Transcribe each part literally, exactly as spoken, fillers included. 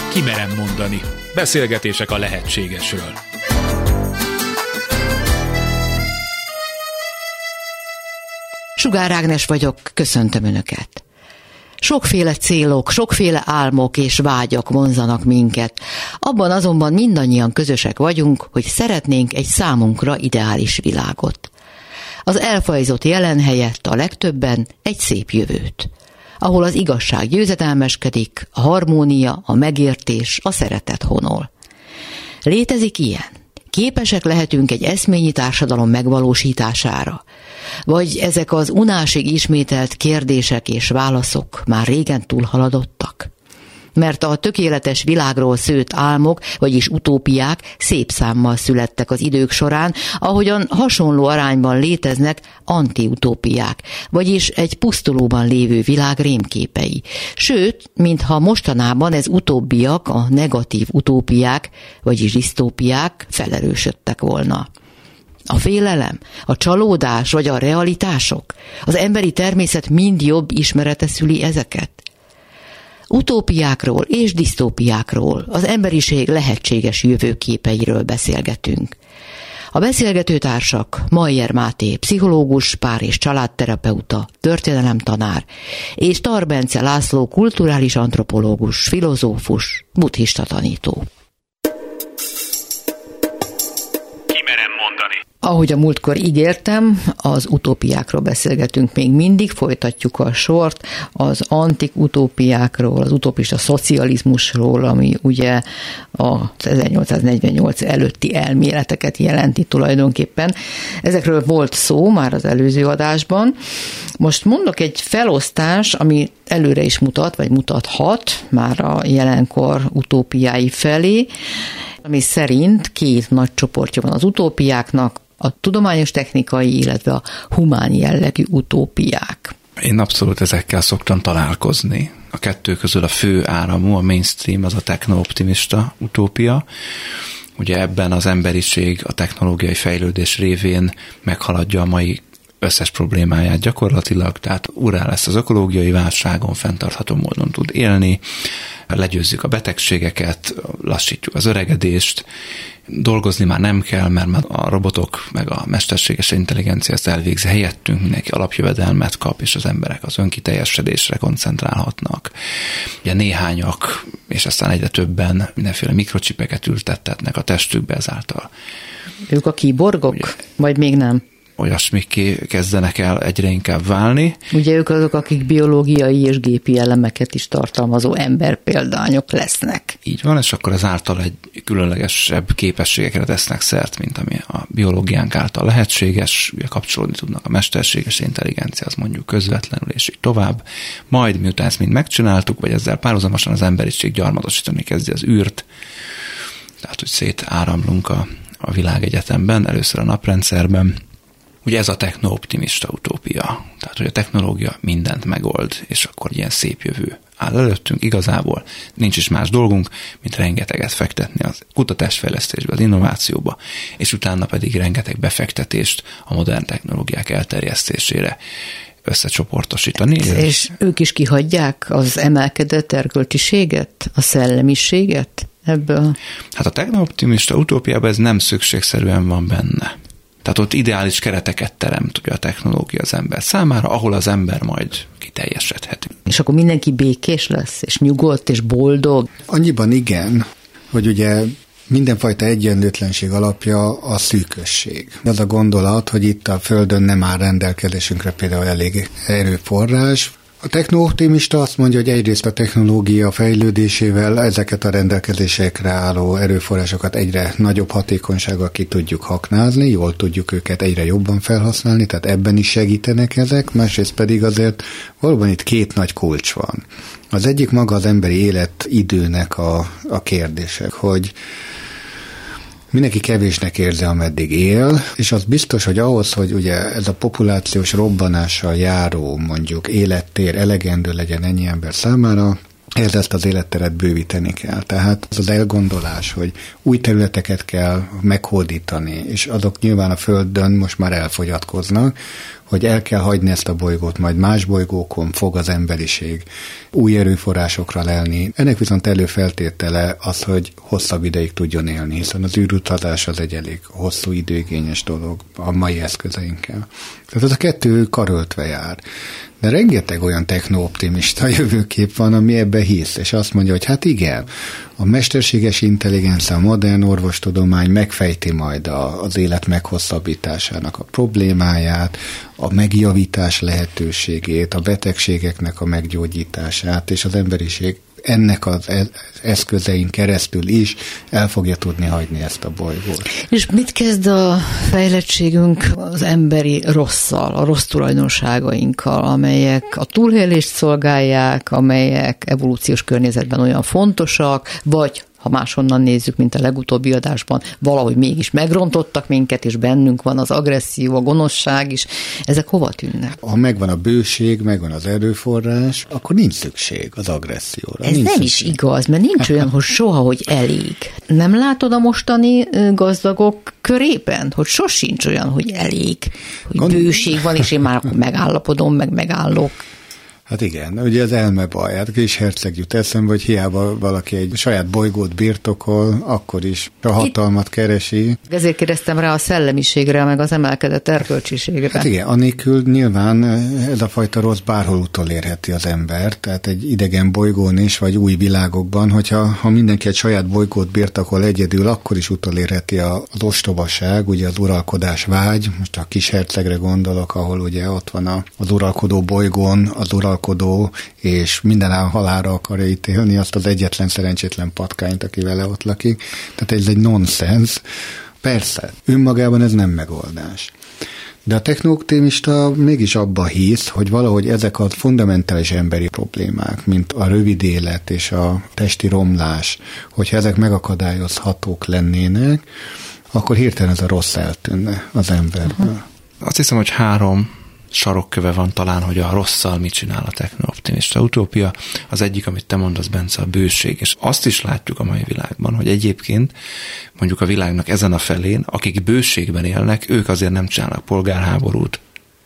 Ki merem mondani. Beszélgetések a lehetségesről. Sugár Ágnes vagyok, köszöntöm Önöket. Sokféle célok, sokféle álmok és vágyak vonzanak minket. Abban azonban mindannyian közösek vagyunk, hogy szeretnénk egy számunkra ideális világot. Az elfajzott jelen helyett a legtöbben egy szép jövőt, ahol az igazság győzedelmeskedik, a harmónia, a megértés, a szeretet honol. Létezik ilyen? Képesek lehetünk egy eszményi társadalom megvalósítására? Vagy ezek az unásig ismételt kérdések és válaszok már régen túlhaladottak? Mert a tökéletes világról szőtt álmok, vagyis utópiák szép számmal születtek az idők során, ahogyan hasonló arányban léteznek antiutópiák, vagyis egy pusztulóban lévő világ rémképei. Sőt, mintha mostanában ez utóbbiak, a negatív utópiák, vagyis disztópiák felerősödtek volna. A félelem, a csalódás vagy a realitások, az emberi természet mind jobb ismerete szüli ezeket. Utópiákról és disztópiákról, az emberiség lehetséges jövőképeiről beszélgetünk. A beszélgetőtársak Mayer Máté, pszichológus, pár- és családterapeuta, történelemtanár, és Tar Bence László, kulturális antropológus, filozófus, buddhista tanító. Ahogy a múltkor ígértem, az utópiákról beszélgetünk még mindig, folytatjuk a sort, az antik utópiákról, az utopista szocializmusról, ami ugye az ezernyolcszáznegyvennyolc előtti elméleteket jelenti tulajdonképpen. Ezekről volt szó már az előző adásban. Most mondok egy felosztás, ami előre is mutat, vagy mutathat már a jelenkor utópiái felé, ami szerint két nagy csoportja van az utópiáknak, a tudományos technikai, illetve a humán jellegű utópiák. Én abszolút ezekkel szoktam találkozni. A kettő közül a fő áramú, a mainstream, az a techno-optimista utópia. Ugye ebben az emberiség a technológiai fejlődés révén meghaladja a mai összes problémáját gyakorlatilag, tehát urrá lesz az ökológiai válságon, fenntartható módon tud élni, legyőzzük a betegségeket, lassítjuk az öregedést, dolgozni már nem kell, mert a robotok meg a mesterséges intelligencia ezt elvégzi helyettünk, mindenki alapjövedelmet kap, és az emberek az önkiteljesedésre koncentrálhatnak. Ugye néhányak, és aztán egyre többen mindenféle mikrocsipeket ültettetnek a testükbe ezáltal. Ők a kiborgok? Ugye, vagy még nem? Olyasmiké kezdenek el egyre inkább válni. Ugye ők azok, akik biológiai és gépi elemeket is tartalmazó emberpéldányok lesznek. Így van, és akkor ezáltal egy különlegesebb képességekre tesznek szert, mint ami a biológiánk által lehetséges, ugye kapcsolódni tudnak a mesterséges intelligencia, az mondjuk közvetlenül, és így tovább. Majd miután ezt mind megcsináltuk, vagy ezzel párhuzamosan az emberiség gyarmatosítani kezdi az űrt, tehát hogy szétáramlunk a, a világegyetemben, először a naprendszerben. Ugye ez a techno-optimista utópia. Tehát, hogy a technológia mindent megold, és akkor ilyen szép jövő áll előttünk. Igazából nincs is más dolgunk, mint rengeteget fektetni az kutatásfejlesztésbe, az innovációba, és utána pedig rengeteg befektetést a modern technológiák elterjesztésére összecsoportosítani. És ők is kihagyják az emelkedett erkölcsiséget, a szellemiséget ebből? Hát a techno-optimista utópiában ez nem szükségszerűen van benne. Tehát ott ideális kereteket teremt ugye a technológia az ember számára, ahol az ember majd kiteljesedhet. És akkor mindenki békés lesz, és nyugodt, és boldog? Annyiban igen, hogy ugye mindenfajta egyenlőtlenség alapja a szűkösség. Az a gondolat, hogy itt a Földön nem áll rendelkezésünkre például elég erőforrás. A techno-optimista azt mondja, hogy egyrészt a technológia fejlődésével ezeket a rendelkezésekre álló erőforrásokat egyre nagyobb hatékonysággal ki tudjuk haknázni, jól tudjuk őket egyre jobban felhasználni, tehát ebben is segítenek ezek, másrészt pedig azért valóban itt két nagy kulcs van. Az egyik maga az emberi életidőnek a, a kérdések, hogy mindenki kevésnek érzi, ameddig él, és az biztos, hogy ahhoz, hogy ugye ez a populációs robbanással járó mondjuk élettér elegendő legyen ennyi ember számára, ehhez ezt az életteret bővíteni kell. Tehát az az elgondolás, hogy új területeket kell meghódítani, és azok nyilván a Földön most már elfogyatkoznak, hogy el kell hagyni ezt a bolygót, majd más bolygókon fog az emberiség új erőforrásokra lelni. Ennek viszont előfeltétele az, hogy hosszabb ideig tudjon élni, hiszen az űrutazás az egy elég hosszú időigényes dolog a mai eszközeinkkel. Tehát ez a kettő karöltve jár. De rengeteg olyan techno-optimista jövőkép van, ami ebbe hisz, és azt mondja, hogy hát igen, a mesterséges intelligencia, a modern orvostudomány megfejti majd a, az élet meghosszabbításának a problémáját, a megjavítás lehetőségét, a betegségeknek a meggyógyítását, és az emberiség ennek az eszközein keresztül is el fogja tudni hagyni ezt a bolygót. És mit kezd a fejlettségünk az emberi rosszal, a rossz tulajdonságainkkal, amelyek a túlélést szolgálják, amelyek evolúciós környezetben olyan fontosak, vagy ha máshonnan nézzük, mint a legutóbbi adásban, valahogy mégis megrontottak minket, és bennünk van az agresszió, a gonoszság is. Ezek hova tűnnek? Ha megvan a bőség, megvan az erőforrás, akkor nincs szükség az agresszióra. Ez nincs nem szükség. is igaz, mert nincs olyan, hogy soha, hogy elég. Nem látod a mostani gazdagok körében, hogy sosincs olyan, hogy elég, hogy Gond... bőség van, és én már akkor megállapodom, meg megállok. Hát igen, ugye az elme baj, hát kis herceg jut eszembe, hogy hiába valaki egy saját bolygót birtokol, akkor is a hatalmat keresi. Ezért kérdeztem rá a szellemiségre, meg az emelkedett erkölcsiségre. Hát igen, anélkül nyilván ez a fajta rossz bárhol utolérheti az ember, tehát egy idegen bolygón is, vagy új világokban, hogyha ha mindenki egy saját bolygót birtokol egyedül, akkor is utolérheti az ostobaság, ugye az uralkodás vágy, most a kis hercegre gondolok, ahol ugye ott van a, az uralkodó bolygón, az uralkodó és minden halálra akarja ítélni azt az egyetlen szerencsétlen patkányt, aki vele ott lakik. Tehát ez egy nonsens. Persze, önmagában ez nem megoldás. De a techno-optimista mégis abba hisz, hogy valahogy ezek a fundamentális emberi problémák, mint a rövid élet és a testi romlás, hogyha ezek megakadályozhatók lennének, akkor hirtelen ez a rossz eltűnne az emberből. Uh-huh. Azt hiszem, hogy három sarokköve van talán, hogy a rosszal mit csinál a techno-optimista utópia. Az egyik, amit te mondasz, Bence, a bőség. És azt is látjuk a mai világban, hogy egyébként mondjuk a világnak ezen a felén, akik bőségben élnek, ők azért nem csinálnak polgárháborút.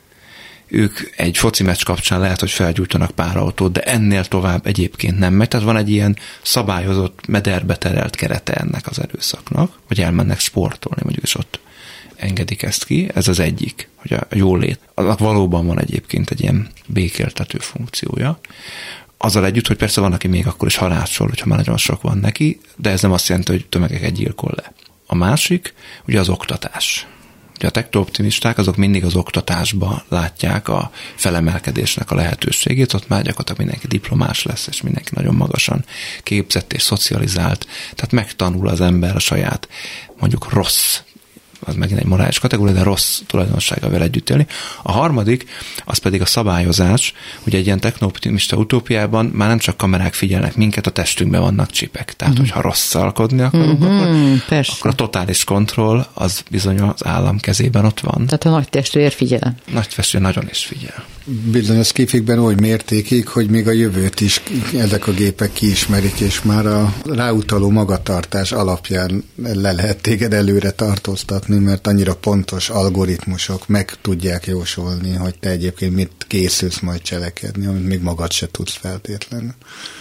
Ők egy foci meccs kapcsán lehet, hogy felgyújtanak pár autót, de ennél tovább egyébként nem megy. Tehát van egy ilyen szabályozott, mederbe terelt kerete ennek az erőszaknak, hogy elmennek sportolni, mondjuk, és ott engedik ezt ki, ez az egyik, hogy a jólét. Annak valóban van egyébként egy ilyen békéltető funkciója. Azzal együtt, hogy persze van, aki még akkor is halászol, hogyha már nagyon sok van neki, de ez nem azt jelenti, hogy tömegeket gyilkol le. A másik, ugye az oktatás. Ugye a techno-optimisták azok mindig az oktatásba látják a felemelkedésnek a lehetőségét, ott már gyakorlatilag mindenki diplomás lesz, és mindenki nagyon magasan képzett és szocializált, tehát megtanul az ember a saját, mondjuk rossz, az megint egy morális kategória, de rossz tulajdonsággal vele együtt élni. A harmadik, az pedig a szabályozás. Ugye egy ilyen techno-optimista utópiában már nem csak kamerák figyelnek minket, a testünkben vannak csipek. Tehát, mm-hmm. hogyha rosszalkodni akarunk, mm-hmm, akkor, akkor a totális kontroll az bizony az állam kezében ott van. Tehát a nagy testvér figyel. Nagy testvér nagyon is figyel. Bizony a szkifikben oly mértékig, hogy még a jövőt is ezek a gépek kiismerik, és már a ráutaló magatartás alapján le lehet téged előre tartóztatni, mert annyira pontos algoritmusok meg tudják jósolni, hogy te egyébként mit készülsz majd cselekedni, amit még magad se tudsz feltétlenül.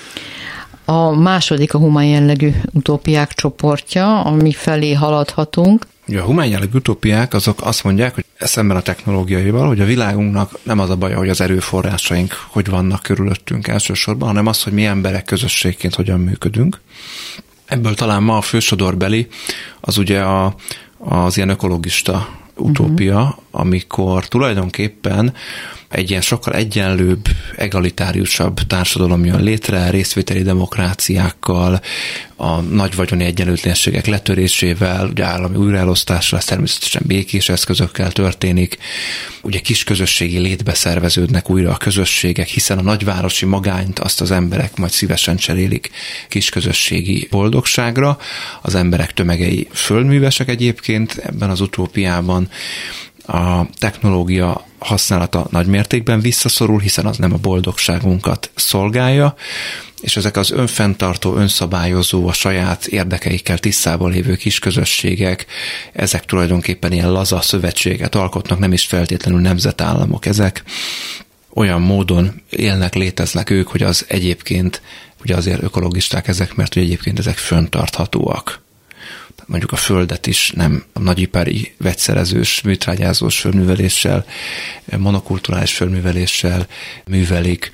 A második a humán jellegű utópiák csoportja, ami felé haladhatunk. Ugye a humán jellegű utópiák azok azt mondják, hogy szemben a technológiaival, hogy a világunknak nem az a baja, hogy az erőforrásaink hogy vannak körülöttünk elsősorban, hanem az, hogy mi emberek közösségként hogyan működünk. Ebből talán ma a fősodorbeli az ugye a, az ilyen ökologista utópia, uh-huh. amikor tulajdonképpen egy ilyen sokkal egyenlőbb, egalitáriusabb társadalom jön létre, részvételi demokráciákkal, a nagy vagyoni egyenlőtlenségek letörésével, ugye állami újraelosztással, ez természetesen békés eszközökkel történik, ugye kisközösségi létbe szerveződnek újra a közösségek, hiszen a nagyvárosi magányt azt az emberek majd szívesen cserélik kisközösségi boldogságra, az emberek tömegei földművesek egyébként ebben az utópiában, a technológia használata nagy mértékben visszaszorul, hiszen az nem a boldogságunkat szolgálja, és ezek az önfenntartó, önszabályozó, a saját érdekeikkel tisztában lévő kis közösségek, ezek tulajdonképpen ilyen laza szövetséget alkotnak, nem is feltétlenül nemzetállamok ezek. Olyan módon élnek, léteznek ők, hogy az egyébként, ugye azért ökologisták ezek, mert ugye egyébként ezek fönntarthatóak. Mondjuk a földet is nem a nagyipari vegyszerezős, műtrágyázós földműveléssel, monokulturális földműveléssel művelik,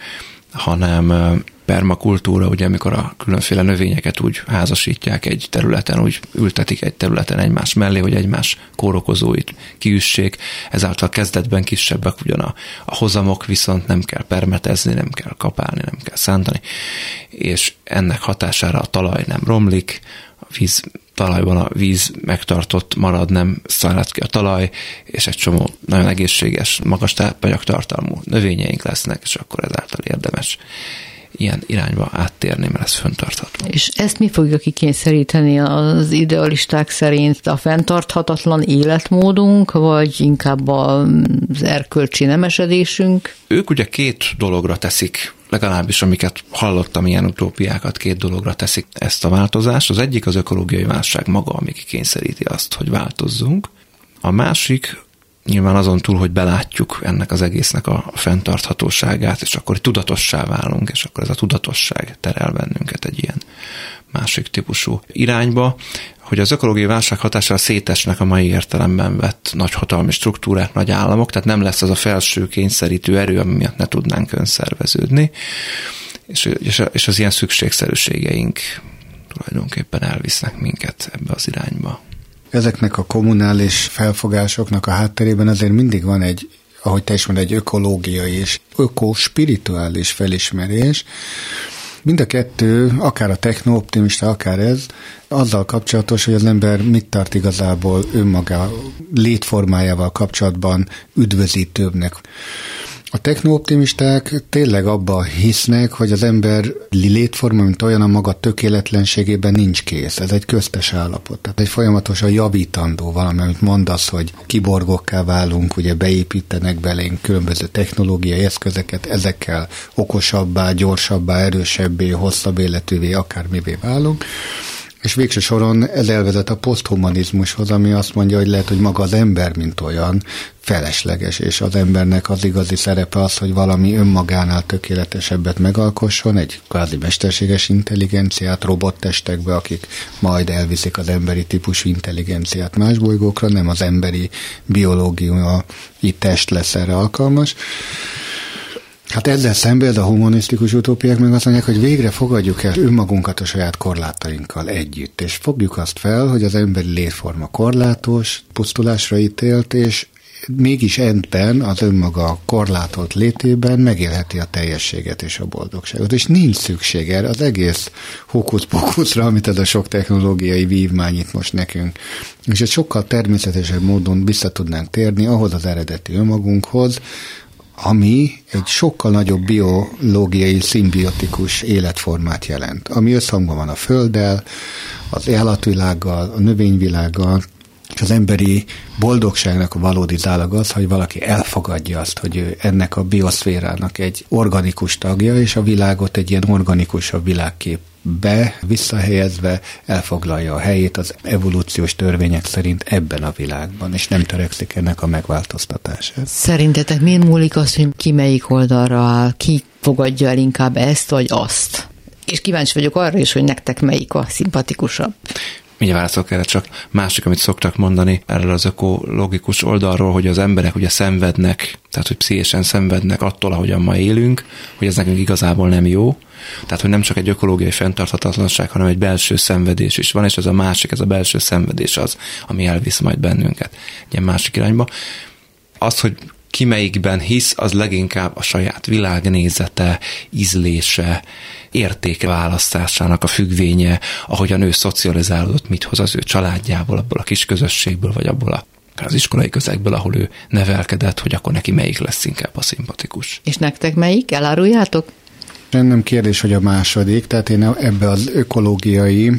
hanem permakultúra, ugye amikor a különféle növényeket úgy házasítják egy területen, úgy ültetik egy területen egymás mellé, hogy egymás kórokozóit kiüssék, ezáltal kezdetben kisebbek ugyan a, a hozamok, viszont nem kell permetezni, nem kell kapálni, nem kell szántani, és ennek hatására a talaj nem romlik, a víz talajban a víz megtartott marad, nem szárad ki a talaj, és egy csomó nagyon egészséges, magas tápanyagtartalmú növényeink lesznek, és akkor ezáltal érdemes ilyen irányba áttérni, mert ez fenntartható. És ezt mi fogja kikényszeríteni az idealisták szerint? A fenntarthatatlan életmódunk, vagy inkább az erkölcsi nemesedésünk? Ők ugye két dologra teszik, legalábbis amiket hallottam, ilyen utópiákat, két dologra teszik ezt a változást. Az egyik az ökológiai válság maga, ami kikényszeríti azt, hogy változzunk. A másik nyilván azon túl, hogy belátjuk ennek az egésznek a fenntarthatóságát, és akkor tudatossá válunk, és akkor ez a tudatosság terel bennünket egy ilyen másik típusú irányba, hogy az ökológiai válság hatására szétesnek a mai értelemben vett nagyhatalmi struktúrák, nagy államok, tehát nem lesz az a felső kényszerítő erő, ami miatt ne tudnánk önszerveződni, és, és az ilyen szükségszerűségeink tulajdonképpen elvisznek minket ebbe az irányba. Ezeknek a kommunális felfogásoknak a hátterében azért mindig van egy, ahogy te is mondod, egy ökológiai és öko-spirituális felismerés. Mind a kettő, akár a techno-optimista, akár ez, azzal kapcsolatos, hogy az ember mit tart igazából önmaga létformájával kapcsolatban üdvözítőbbnek. A techno-optimisták tényleg abba hisznek, hogy az ember létforma, mint olyan, a maga tökéletlenségében nincs kész. Ez egy köztes állapot. Tehát egy folyamatosan javítandó valami, amit mondasz, hogy kiborgokká válunk, ugye beépítenek belénk különböző technológiai eszközeket, ezekkel okosabbá, gyorsabbá, erősebbé, hosszabb életűvé, akármivé válunk. És végső soron ez elvezet a poszthumanizmushoz, ami azt mondja, hogy lehet, hogy maga az ember, mint olyan, felesleges, és az embernek az igazi szerepe az, hogy valami önmagánál tökéletesebbet megalkosson, egy kvázi mesterséges intelligenciát robottestekbe, akik majd elviszik az emberi típusú intelligenciát más bolygókra, nem az emberi biológiai test lesz erre alkalmas. Hát ezzel szemben a humanisztikus utópiák meg azt mondják, hogy végre fogadjuk el önmagunkat a saját korlátainkkal együtt, és fogjuk azt fel, hogy az emberi létforma korlátos, pusztulásra ítélt, és mégis ebben az önmaga korlátolt létében megélheti a teljességet és a boldogságot. És nincs szükség erre az egész hókusz-pókuszra, amit ez a sok technológiai vívmány itt most nekünk. És egy sokkal természetesebb módon vissza tudnánk térni ahhoz az eredeti önmagunkhoz, ami egy sokkal nagyobb biológiai, szimbiotikus életformát jelent, ami összhangban van a Földdel, az állatvilággal, a növényvilággal, és az emberi boldogságnak a valódi zálag az, hogy valaki elfogadja azt, hogy ő ennek a bioszférának egy organikus tagja, és a világot egy ilyen organikusabb világképbe visszahelyezve elfoglalja a helyét az evolúciós törvények szerint ebben a világban, és nem törekszik ennek a megváltoztatására. Szerintetek miért múlik az, hogy ki melyik oldalra áll, ki fogadja el inkább ezt vagy azt? És kíváncsi vagyok arra is, hogy nektek melyik a szimpatikusabb. Mindjárt válaszolok erre, csak másik, amit szoktak mondani erről az ökológikus oldalról, hogy az emberek ugye szenvednek, tehát hogy pszichésen szenvednek attól, ahogyan ma élünk, hogy ez nekünk igazából nem jó. Tehát, hogy nem csak egy ökológiai fenntarthatatlanság, hanem egy belső szenvedés is van, és ez a másik, ez a belső szenvedés az, ami elvisz majd bennünket egy ilyen másik irányba. Az, hogy ki melyikben hisz, az leginkább a saját világnézete, ízlése, értékválasztásának a függvénye, ahogyan ő szocializálódott, mit hoz az ő családjából, abból a kis közösségből, vagy abból a, az iskolai közegből, ahol ő nevelkedett, hogy akkor neki melyik lesz inkább a szimpatikus. És nektek melyik? Eláruljátok? Nem kérdés, hogy a második, tehát én ebbe az ökológiai,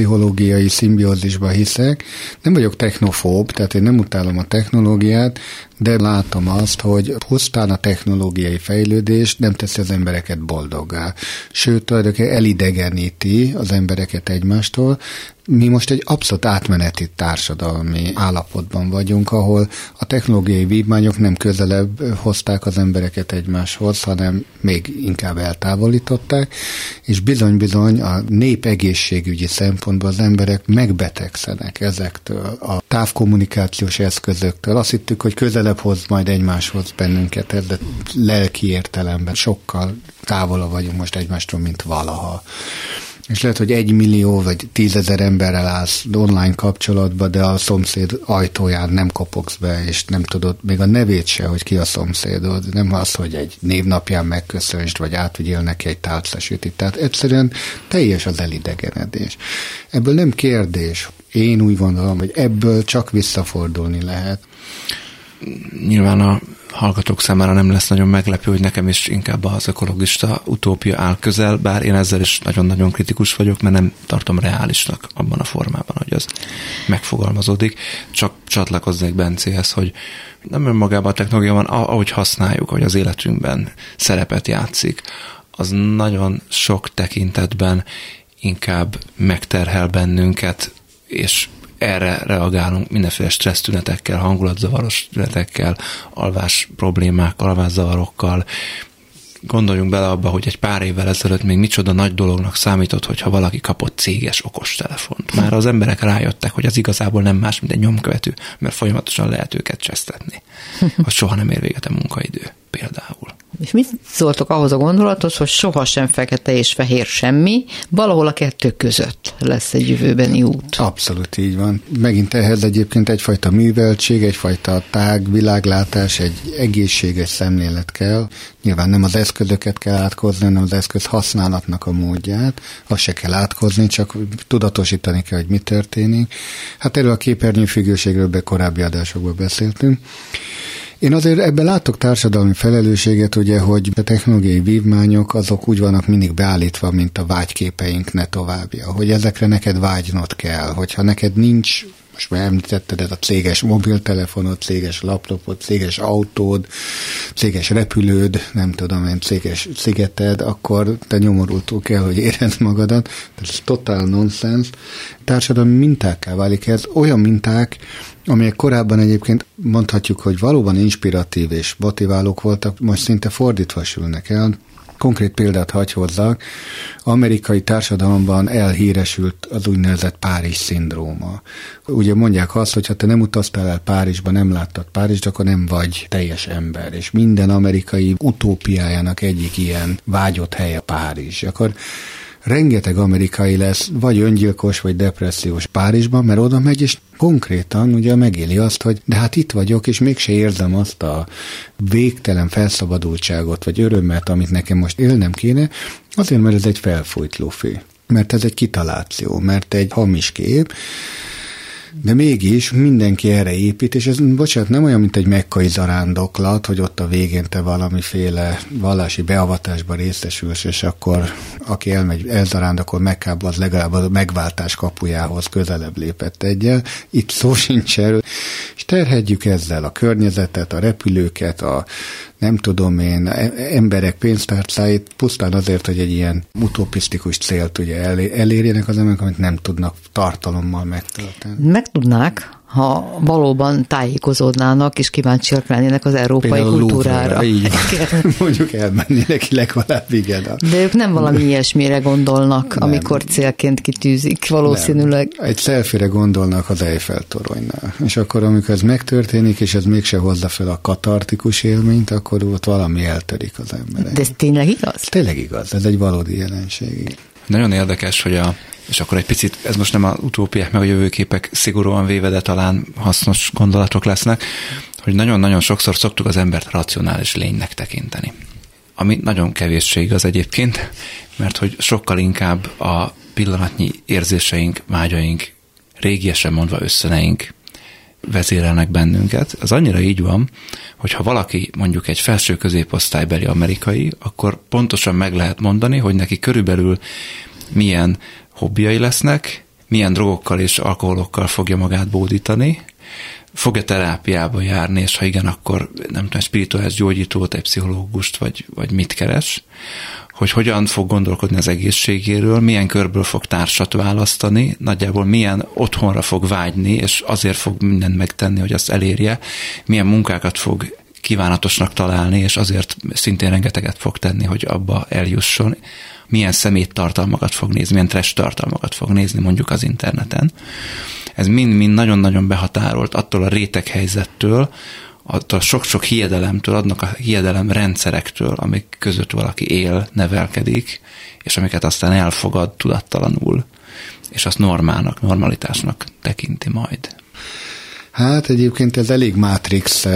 biopszichológiai szimbiózisba hiszek. Nem vagyok technofób, tehát én nem utálom a technológiát, de látom azt, hogy pusztán a technológiai fejlődés nem teszi az embereket boldoggá. Sőt, tulajdonképpen elidegeníti az embereket egymástól. Mi most egy abszolút átmeneti társadalmi állapotban vagyunk, ahol a technológiai vívmányok nem közelebb hozták az embereket egymáshoz, hanem még inkább eltávolították, és bizony-bizony a népegészségügyi szempontból az emberek megbetegszenek ezektől, a távkommunikációs eszközöktől. Azt hittük, hogy közelebb hoz majd egymáshoz bennünket, de lelki értelemben sokkal távolabb vagyunk most egymástól, mint valaha. És lehet, hogy egy millió vagy tízezer emberrel állsz online kapcsolatba, de a szomszéd ajtóján nem kopogsz be, és nem tudod még a nevét se, hogy ki a szomszédod. Nem az, hogy egy névnapján megköszöntsd, vagy átvigyél neki egy tálcasütit. Tehát egyszerűen teljes az elidegenedés. Ebből nem kérdés. Én úgy gondolom, hogy ebből csak visszafordulni lehet. Nyilván a hallgatók számára nem lesz nagyon meglepő, hogy nekem is inkább az ökologista utópia áll közel, bár én ezzel is nagyon-nagyon kritikus vagyok, mert nem tartom reálisnak abban a formában, hogy az megfogalmazódik. Csak csatlakoznék Bencéhez, hogy nem önmagában a technológia van, ahogy használjuk, hogy az életünkben szerepet játszik, az nagyon sok tekintetben inkább megterhel bennünket, és erre reagálunk mindenféle stressztünetekkel, hangulatzavaros tünetekkel, alvás problémákkal, alvászavarokkal. Gondoljunk bele abba, hogy egy pár évvel ezelőtt még micsoda nagy dolognak számított, hogyha valaki kapott céges okostelefont. Már az emberek rájöttek, hogy az igazából nem más, mint egy nyomkövető, mert folyamatosan lehet őket csesztetni. Hogy soha nem ér véget a munkaidő például. És mit szóltok ahhoz a gondolathoz, hogy sohasem fekete és fehér semmi, valahol a kettő között lesz egy jövőbeni út? Abszolút így van. Megint ehhez egyébként egyfajta műveltség, egyfajta tág világlátás, egy egészséges szemlélet kell. Nyilván nem az eszközöket kell átkozni, hanem az eszköz használatnak a módját. Azt se kell átkozni, csak tudatosítani kell, hogy mi történik. Hát erről a képernyőfüggőségről be korábbi adásokban beszéltünk. Én azért ebben látok társadalmi felelősséget, ugye, hogy a technológiai vívmányok azok úgy vannak mindig beállítva, mint a vágyképeink, ne továbbja. Hogy ezekre neked vágynod kell, hogyha neked nincs, most már említetted, ez a céges mobiltelefonod, céges laptopod, céges autód, céges repülőd, nem tudom én, céges szigeted, akkor te nyomorultul kell, hogy érezd magadat. Ez totál nonsens. Társadalmi mintákká válik ez. Olyan minták, amelyek korábban egyébként mondhatjuk, hogy valóban inspiratív és motiválók voltak, most szinte fordítva sülnek el. Konkrét példát hagy hozzak, amerikai társadalomban elhíresült az úgynevezett Párizs-szindróma. Ugye mondják azt, hogy ha te nem utaztál el Párizsba, nem láttad Párizst, akkor nem vagy teljes ember, és minden amerikai utópiájának egyik ilyen vágyott helye Párizs. Akkor rengeteg amerikai lesz, vagy öngyilkos, vagy depressziós Párizsban, mert oda megy, és konkrétan ugye megéli azt, hogy de hát itt vagyok, és mégse érzem azt a végtelen felszabadultságot, vagy örömet, amit nekem most élnem kéne, azért, mert ez egy felfújt lufi. Mert ez egy kitaláció, mert egy hamis kép, de mégis mindenki erre épít, és ez, bocsánat, nem olyan, mint egy mekkai zarándoklat, hogy ott a végén te valamiféle vallási beavatásban részesülsz, és akkor aki elmegy, elzarándokol Mekkába, az legalább a megváltás kapujához közelebb lépett egyel. Itt szó sincs erről. És terhedjük ezzel a környezetet, a repülőket, a nem tudom én, emberek pénztárcáit, pusztán azért, hogy egy ilyen utopisztikus célt ugye elérjenek az emberek, amit nem tudnak tartalommal megtölteni. Meg tudnák, ha valóban tájékozódnának és kíváncsiak lennének az európai például kultúrára. Így mondjuk elmenni neki legalább, igen. De ők nem valami ilyesmire gondolnak, nem. Amikor célként kitűzik, valószínűleg. Nem. Egy selfie-re gondolnak az Eiffel toronynál. És akkor, amikor ez megtörténik, és ez mégse hozza fel a katartikus élményt, akkor ott valami eltörik az emberek. De ez tényleg igaz? Tényleg igaz, ez egy valódi jelenség. Nagyon érdekes, hogy a és akkor egy picit, ez most nem a utópiák meg a jövőképek szigorúan véve, de talán hasznos gondolatok lesznek, hogy nagyon-nagyon sokszor szoktuk az embert racionális lénynek tekinteni. Ami nagyon kevéssé igaz egyébként, mert hogy sokkal inkább a pillanatnyi érzéseink, vágyaink, régiesen mondva összeneink vezérelnek bennünket. Ez annyira így van, hogy ha valaki mondjuk egy felső középosztálybeli amerikai, akkor pontosan meg lehet mondani, hogy neki körülbelül milyen hobbijai lesznek, milyen drogokkal és alkoholokkal fogja magát bódítani, fog-e terápiába járni, és ha igen, akkor nem tudom, spirituális gyógyítót, egy pszichológust, vagy, vagy mit keres, hogy hogyan fog gondolkodni az egészségéről, milyen körből fog társat választani, nagyjából milyen otthonra fog vágyni, és azért fog mindent megtenni, hogy azt elérje, milyen munkákat fog kívánatosnak találni, és azért szintén rengeteget fog tenni, hogy abba eljusson, milyen szeméttartalmakat fog nézni, milyen trash tartalmakat fog nézni mondjuk az interneten. Ez mind-mind nagyon-nagyon behatárolt attól a réteghelyzettől, attól a sok-sok hiedelemtől, adnak a hiedelem rendszerektől, amik között valaki él, nevelkedik, és amiket aztán elfogad tudattalanul, és azt normának, normalitásnak tekinti majd. Hát egyébként ez elég Matrix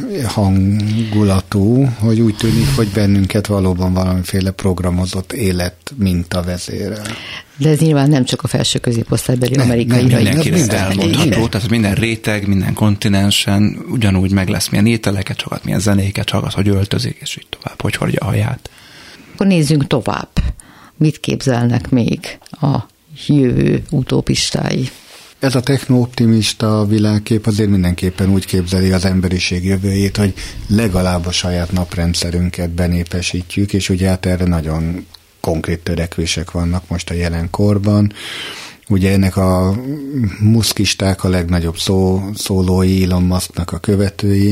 hangulatú, hogy úgy tűnik, hogy bennünket valóban valamiféle programozott élet minta vezérel. De ez nyilván nem csak a felső középosztálybeli amerikaira. Mindenkire minden, elmondható, tehát minden réteg, minden kontinensen ugyanúgy meg lesz, milyen ételeket hallgat, milyen zenéket hallgat, hogy öltözik, és így tovább, hogy hordja a haját. Akkor nézzünk tovább. Mit képzelnek még a jövő utópistái? Ez a techno-optimista világkép azért mindenképpen úgy képzeli az emberiség jövőjét, hogy legalább a saját naprendszerünket benépesítjük, és ugye hát erre nagyon konkrét törekvések vannak most a jelenkorban. Ugye ennek a muszkisták a legnagyobb szó, szólói, Elon Musknak a követői,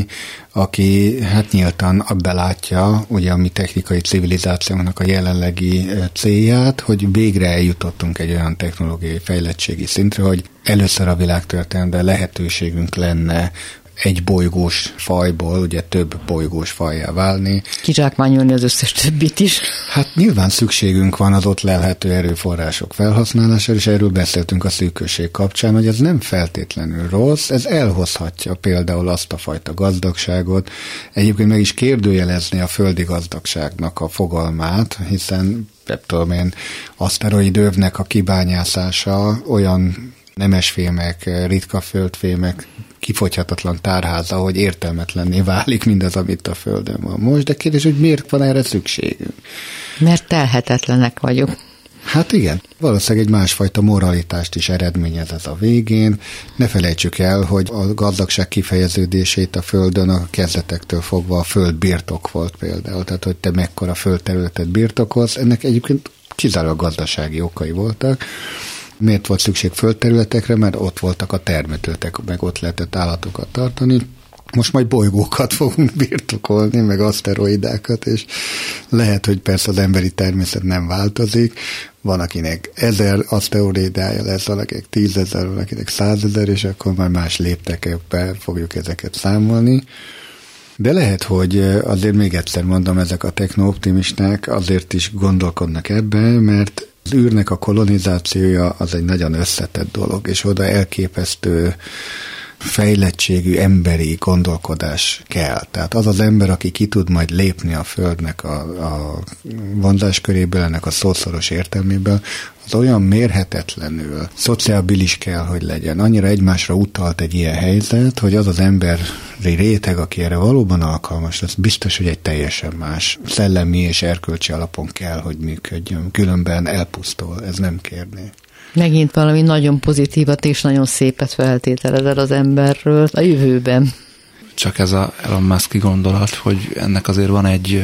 aki hát nyíltan belátja ugye a mi technikai civilizációnknak a jelenlegi célját, hogy végre eljutottunk egy olyan technológiai fejlettségi szintre, hogy először a világtörténelemben lehetőségünk lenne egy bolygós fajból, ugye több bolygós fajjá válni. Kizsákmányolni az összes többit is. Hát nyilván szükségünk van az ott lelhető erőforrások felhasználására, és erről beszéltünk a szűkösség kapcsán, hogy ez nem feltétlenül rossz, ez elhozhatja például azt a fajta gazdagságot, egyébként meg is kérdőjelezni a földi gazdagságnak a fogalmát, hiszen nem tudom én, aszteroidövnek a kibányászása olyan nemesfémek, ritka földfémek kifogyhatatlan tárháza, hogy értelmetlenné válik mindaz, amit a Földön van most, de kérdés, hogy miért van erre szükségünk? Mert telhetetlenek vagyunk. Hát igen, valószínűleg egy másfajta moralitást is eredményez ez a végén. Ne felejtsük el, hogy a gazdagság kifejeződését a Földön a kezdetektől fogva a föld birtok volt például, tehát hogy te mekkora földterületet birtokolsz, ennek egyébként kizárólag gazdasági okai voltak. Miért volt szükség földterületekre? Mert ott voltak a termetőtek, meg ott lehetett állatokat tartani. Most majd bolygókat fogunk birtokolni, meg aszteroidákat, és lehet, hogy persze az emberi természet nem változik. Van, akinek ezer aszteroidája lesz, valakinek tízezer, valakinek százezer, és akkor már más léptekbe fogjuk ezeket számolni. De lehet, hogy azért még egyszer mondom, ezek a techno-optimisták azért is gondolkodnak ebben, mert az űrnek a kolonizációja az egy nagyon összetett dolog, és oda elképesztő fejlettségű emberi gondolkodás kell. Tehát az az ember, aki ki tud majd lépni a Földnek a, a vonzásköréből, ennek a szószoros értelméből, az olyan mérhetetlenül szociábilis kell, hogy legyen. Annyira egymásra utalt egy ilyen helyzet, hogy az az emberi réteg, aki erre valóban alkalmas, az biztos, hogy egy teljesen más szellemi és erkölcsi alapon kell, hogy működjön. Különben elpusztul, ez nem kérdés. Megint valami nagyon pozitívat és nagyon szépet feltételezel az emberről a jövőben. Csak ez a Elon Musk-i gondolat, hogy ennek azért van egy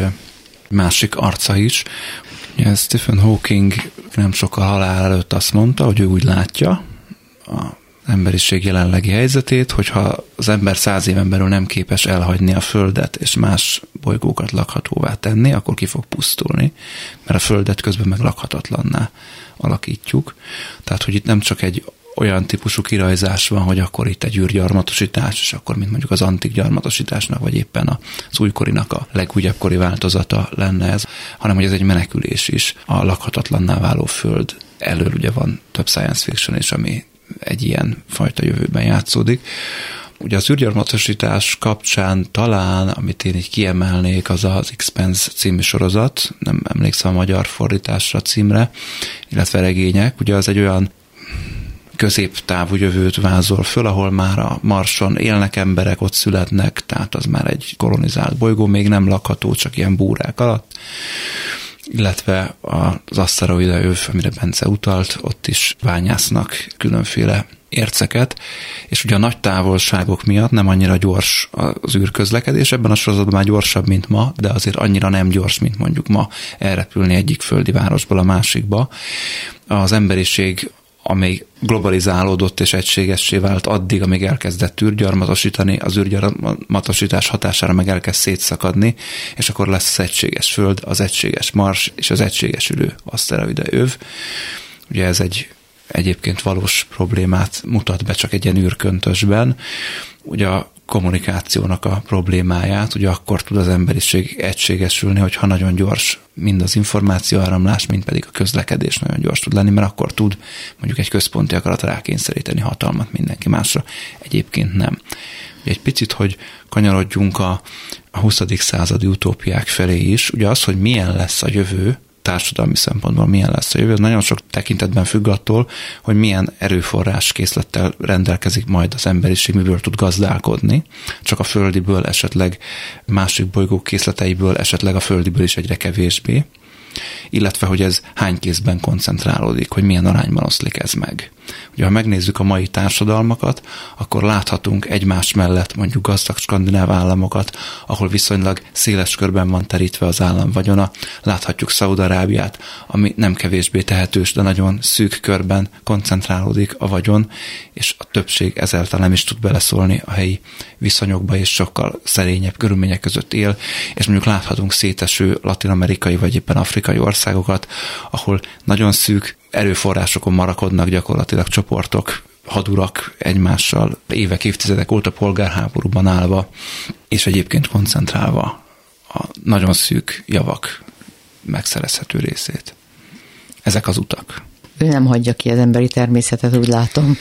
másik arca is. Ugye Stephen Hawking nem sokkal halál előtt azt mondta, hogy ő úgy látja az emberiség jelenlegi helyzetét, hogyha az ember száz éven belül nem képes elhagyni a Földet és más bolygókat lakhatóvá tenni, akkor ki fog pusztulni, mert a Földet közben meg lakhatatlanná alakítjuk. Tehát, hogy itt nem csak egy olyan típusú kirajzás van, hogy akkor itt egy űrgyarmatosítás, és akkor, mint mondjuk az antik gyarmatosításnak, vagy éppen az újkorinak a legújabb kori változata lenne ez, hanem hogy ez egy menekülés is. A lakhatatlanná váló Föld elől ugye van több science fiction is, ami egy ilyen fajta jövőben játszódik. Ugye az űrgyarmatosítás kapcsán talán, amit én így kiemelnék, az az Expanse című sorozat, nem emlékszem a magyar fordításra címre, illetve regények. Ugye az egy olyan középtávú jövőt vázol föl, ahol már a Marson élnek emberek, ott születnek, tehát az már egy kolonizált bolygó, még nem lakható, csak ilyen búrák alatt. illetve az aszteroida öv, amire Bence utalt, ott is bányásznak különféle érceket, és ugye a nagy távolságok miatt nem annyira gyors az űrközlekedés, ebben a sorozatban már gyorsabb, mint ma, de azért annyira nem gyors, mint mondjuk ma elrepülni egyik földi városból a másikba. Az emberiség, amíg globalizálódott és egységessé vált addig, amíg elkezdett űrgyarmatosítani, az űrgyarmatosítás hatására meg elkezd szétszakadni, és akkor lesz az egységes Föld, az egységes Mars és az egységesülő aszteroida öv. Ugye ez egy egyébként valós problémát mutat be csak egy ilyen űrköntösben. Ugye a kommunikációnak a problémáját, ugye akkor tud az emberiség egységesülni, hogyha nagyon gyors mind az információáramlás, mind pedig a közlekedés nagyon gyors tud lenni, mert akkor tud mondjuk egy központi akarat rákényszeríteni hatalmat mindenki másra. Egyébként nem. Ugye egy picit, hogy kanyarodjunk a, a huszadik századi utópiák felé is, ugye az, hogy milyen lesz a jövő, társadalmi szempontból milyen lesz a jövő, nagyon sok tekintetben függ attól, hogy milyen erőforrás készlettel rendelkezik majd az emberiség, miből tud gazdálkodni. Csak a földiből, esetleg másik bolygók készleteiből, esetleg a földiből is egyre kevésbé, illetve hogy ez hány kézben koncentrálódik, hogy milyen arányban oszlik ez meg. Ugye, ha megnézzük a mai társadalmakat, akkor láthatunk egymás mellett mondjuk gazdag skandináv államokat, ahol viszonylag széles körben van terítve az állam vagyona. Láthatjuk Szaúd-Arábiát, ami nem kevésbé tehetős, de nagyon szűk körben koncentrálódik a vagyon, és a többség ezáltal nem is tud beleszólni a helyi viszonyokba, és sokkal szerényebb körülmények között él, és mondjuk láthatunk széteső latin-amerikai vagy éppen afrikai országokat, ahol nagyon szűk erőforrásokon marakodnak gyakorlatilag csoportok, hadurak egymással évek, évtizedek óta polgárháborúban állva, és egyébként koncentrálva a nagyon szűk javak megszerezhető részét. Ezek az utak. Ő nem hagyja ki az emberi természetet, úgy látom.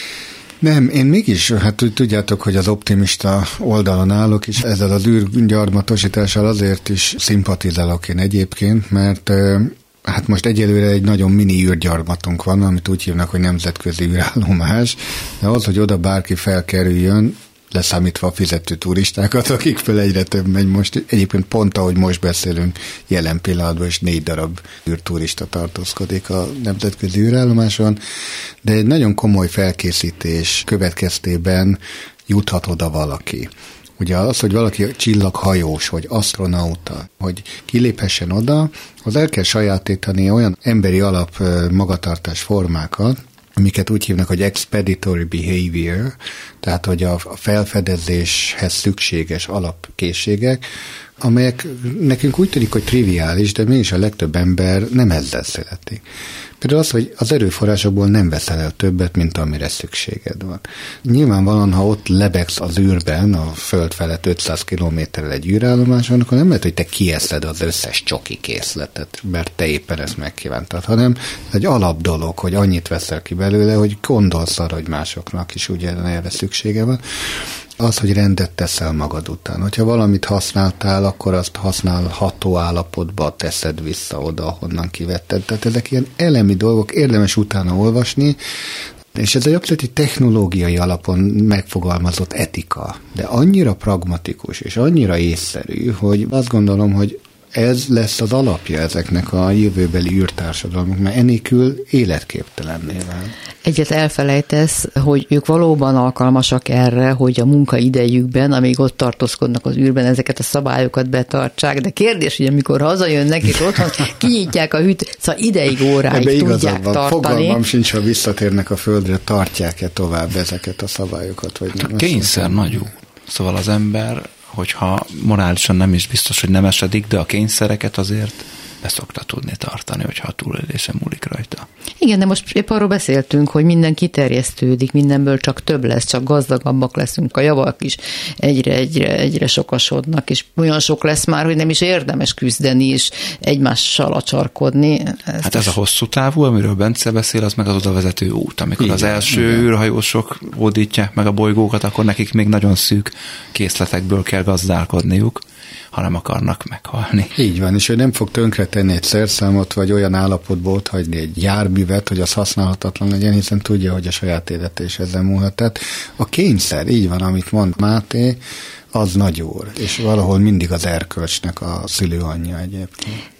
Nem, én mégis, hát tudjátok, hogy az optimista oldalon állok, és ezzel az űrgyarmatosítással azért is szimpatizálok én egyébként, mert hát most egyelőre egy nagyon mini űrgyarmatunk van, amit úgy hívnak, hogy nemzetközi űrállomás, de az, hogy oda bárki felkerüljön, leszámítva a fizető turistákat, akik föl egyre több megy most. Egyébként pont ahogy most beszélünk, jelen pillanatban is négy darab űrturista tartózkodik a nemzetközi űrállomáson, de egy nagyon komoly felkészítés következtében juthat oda valaki. Ugye az, hogy valaki csillaghajós, vagy asztronauta, hogy kiléphessen oda, az el kell sajátítani olyan emberi alap magatartás formákat, amiket úgy hívnak, hogy expeditory behavior, tehát hogy a felfedezéshez szükséges alapkészségek, amelyek nekünk úgy tűnik, hogy triviális, de mégis a legtöbb ember nem ezzel születik. Például az, hogy az erőforrásokból nem veszel el többet, mint amire szükséged van. Nyilvánvalóan, ha ott lebegsz az űrben, a föld felett ötszáz kilométerrel egy űrállomáson, akkor nem lehet, hogy te kieszed az összes csoki készletet, mert te éppen ezt megkívántad, hanem egy alap dolog, hogy annyit veszel ki belőle, hogy gondolsz arra, hogy másoknak is ugye erre szüksége van. Az, hogy rendet teszel magad után. Hogyha valamit használtál, akkor azt használható állapotba teszed vissza oda, ahonnan kivetted. Tehát ezek ilyen elemi dolgok, érdemes utána olvasni, és ez egy abszolút technológiai alapon megfogalmazott etika, de annyira pragmatikus és annyira észszerű, hogy azt gondolom, hogy ez lesz az alapja ezeknek a jövőbeli űrtársadalmak, mert enélkül életképtelenné vált. Egyet elfelejtesz, hogy ők valóban alkalmasak erre, hogy a munkaidejükben, amíg ott tartózkodnak az űrben, ezeket a szabályokat betartsák, de kérdés, hogy amikor hazajönnek, és otthon kinyitják a hűt, szóval ideig, óráig ebbe tudják van. Tartani. Fogalmam sincs, ha visszatérnek a földre, tartják-e tovább ezeket a szabályokat? Vagy nem? A kényszer nagyú. Szóval az ember, hogyha morálisan nem is biztos, hogy nem esedik, de a kényszereket azért be szokta tudni tartani, hogyha a túlélése múlik rajta. Igen, de most épp arról beszéltünk, hogy minden kiterjesztődik, mindenből csak több lesz, csak gazdagabbak leszünk, a javak is egyre, egyre, egyre sokasodnak, és olyan sok lesz már, hogy nem is érdemes küzdeni, és egymással acsarkodni. Ezt hát ez a hosszú távú, amiről Bence beszél, az meg az oda vezető út. Amikor igen, az első igen. űrhajósok hódítják meg a bolygókat, akkor nekik még nagyon szűk készletekből kell gazdálkodniuk, ha nem akarnak meghalni. Így van, és ő nem fog tönkretenni egy szerszámot, vagy olyan állapotból otthagyni egy járművet, hogy az használhatatlan legyen, hiszen tudja, hogy a saját élete is ezzel múlhat. Tehát a kényszer, így van, amit mond Máté, az nagy úr, és valahol mindig az erkölcsnek a szülőanyja egyébként.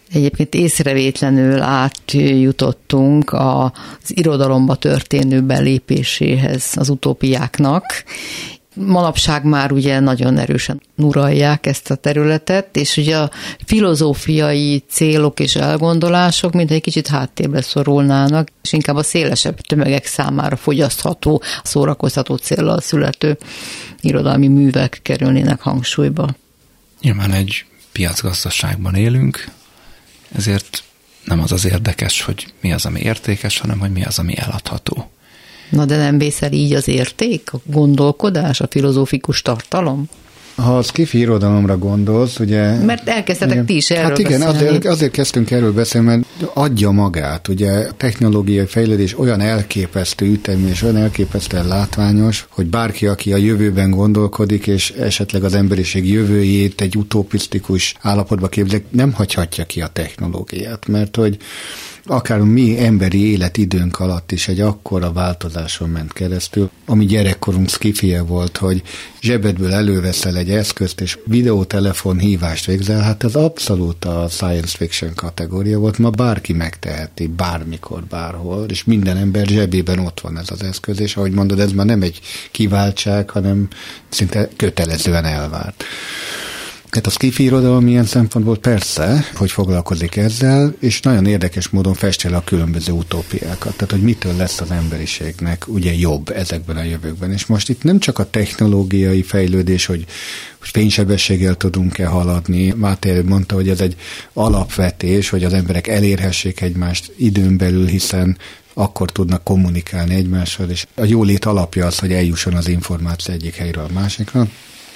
Egyébként észrevétlenül átjutottunk az irodalomba történő belépéséhez az utópiáknak. Manapság már ugye nagyon erősen uralják ezt a területet, és ugye a filozófiai célok és elgondolások mint egy kicsit háttérbe szorulnának, és inkább a szélesebb tömegek számára fogyasztható, szórakoztató céllal születő irodalmi művek kerülnének hangsúlyba. Nyilván egy piacgazdaságban élünk, ezért nem az az érdekes, hogy mi az, ami értékes, hanem hogy mi az, ami eladható. Na de nem vészel így az érték, a gondolkodás, a filozófikus tartalom? Ha a sci-fi irodalomra gondolsz, ugye... Mert elkezdtetek ti is erről Hát igen, azért, azért kezdtünk erről beszélni, mert adja magát, ugye a technológiai fejlődés olyan elképesztő ütemű és olyan elképesztően látványos, hogy bárki, aki a jövőben gondolkodik, és esetleg az emberiség jövőjét egy utopisztikus állapotba képzelik, nem hagyhatja ki a technológiát, mert hogy akár mi emberi életidőnk alatt is egy akkora változáson ment keresztül, ami gyerekkorunk szkifije volt, hogy zsebedből előveszel egy eszközt, és videótelefon hívást végzel, hát ez abszolút a science fiction kategória volt, ma bárki megteheti, bármikor, bárhol, és minden ember zsebében ott van ez az eszköz, és ahogy mondod, ez már nem egy kiváltság, hanem szinte kötelezően elvárt. Tehát a sci-fi irodalom ilyen szempontból persze, hogy foglalkozik ezzel, és nagyon érdekes módon festi a különböző utópiákat. Tehát, hogy mitől lesz az emberiségnek ugye jobb ezekben a jövőkben. És most itt nem csak a technológiai fejlődés, hogy fénysebességgel tudunk-e haladni. Máté mondta, hogy ez egy alapvetés, hogy az emberek elérhessék egymást időn belül, hiszen akkor tudnak kommunikálni egymással, és a jólét alapja az, hogy eljusson az információ egyik helyről a másikra.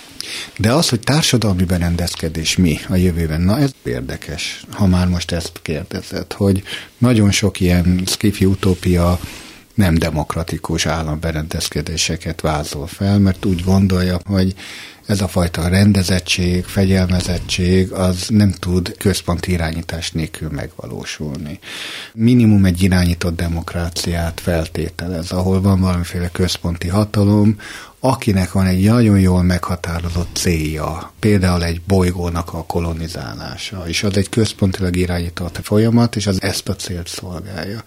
De az, hogy társadalmi berendezkedés mi a jövőben, na ez érdekes, ha már most ezt kérdezed, hogy nagyon sok ilyen sci-fi utópia nem demokratikus államberendezkedéseket vázol fel, mert úgy gondolja, hogy ez a fajta rendezettség, fegyelmezettség, az nem tud központi irányítás nélkül megvalósulni. Minimum egy irányított demokráciát feltételez, ahol van valamiféle központi hatalom, akinek van egy nagyon jól meghatározott célja, például egy bolygónak a kolonizálása, és az egy központilag irányított folyamat, és az ezt a célt szolgálja.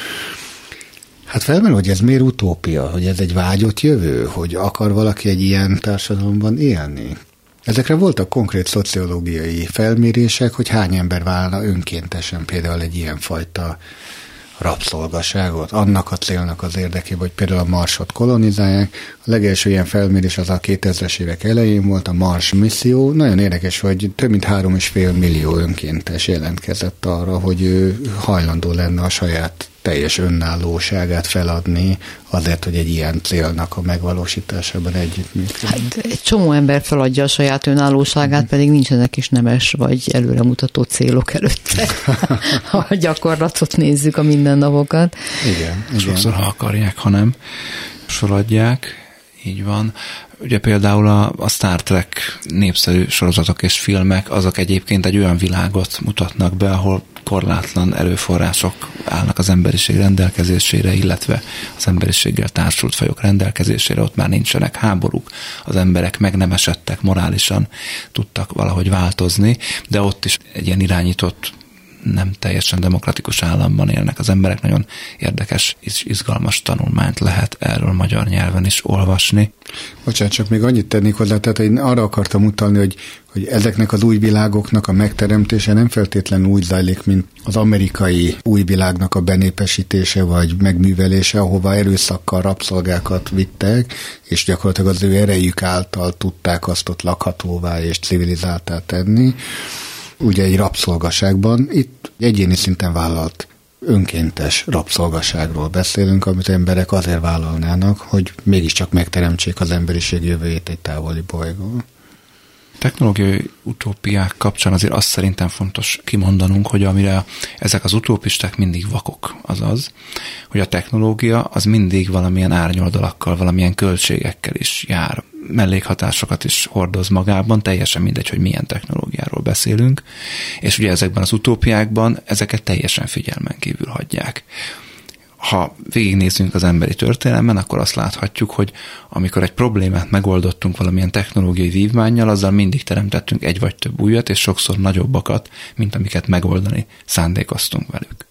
Hát felmerül, hogy ez miért utópia, hogy ez egy vágyott jövő, hogy akar valaki egy ilyen társadalomban élni. Ezekre voltak konkrét szociológiai felmérések, hogy hány ember válna önkéntesen például egy ilyen fajta rabszolgaságot, annak a célnak az érdekében, hogy például a Marsot kolonizálják. A legelső ilyen felmérés az a kétezres évek elején volt, a Mars misszió. Nagyon érdekes, hogy több mint három és fél millió önkéntes jelentkezett arra, hogy ő hajlandó lenne a saját teljes önállóságát feladni azért, hogy egy ilyen célnak a megvalósításában együttműködni. Hát egy csomó ember feladja a saját önállóságát, mm. pedig nincsenek is nemes vagy előremutató célok előtte. Ha a gyakorlatot nézzük, a mindennapokat. Igen, igen. Sokszor, ha akarják, ha nem, feladják. Így van. Ugye például a, a Star Trek népszerű sorozatok és filmek, azok egyébként egy olyan világot mutatnak be, ahol korlátlan erőforrások állnak az emberiség rendelkezésére, illetve az emberiséggel társult fajok rendelkezésére, ott már nincsenek háborúk, az emberek meg nem esettek, morálisan tudtak valahogy változni, de ott is egy ilyen irányított, nem teljesen demokratikus államban élnek az emberek. Nagyon érdekes és izgalmas tanulmányt lehet erről magyar nyelven is olvasni. Bocsánat, csak még annyit tennék hozzá, tehát én arra akartam utalni, hogy, hogy ezeknek az új világoknak a megteremtése nem feltétlenül úgy zajlik, mint az amerikai új világnak a benépesítése vagy megművelése, ahova erőszakkal rabszolgákat vittek, és gyakorlatilag az ő erejük által tudták azt ott lakhatóvá és civilizáltá tenni. Ugye egy rabszolgaságban, itt egyéni szinten vállalt önkéntes rabszolgaságról beszélünk, amit emberek azért vállalnának, hogy mégiscsak megteremtsék az emberiség jövőjét egy távoli bolygón. Technológiai utópiák kapcsán azért azt szerintem fontos kimondanunk, hogy amire ezek az utópisták mindig vakok, azaz, hogy a technológia az mindig valamilyen árnyoldalakkal, valamilyen költségekkel is jár. Mellékhatásokat is hordoz magában, teljesen mindegy, hogy milyen technológiáról beszélünk, és ugye ezekben az utópiákban ezeket teljesen figyelmen kívül hagyják. Ha végignézzünk az emberi történelemben, akkor azt láthatjuk, hogy amikor egy problémát megoldottunk valamilyen technológiai vívmánnyal, azzal mindig teremtettünk egy vagy több újat, és sokszor nagyobbakat, mint amiket megoldani szándékoztunk velük.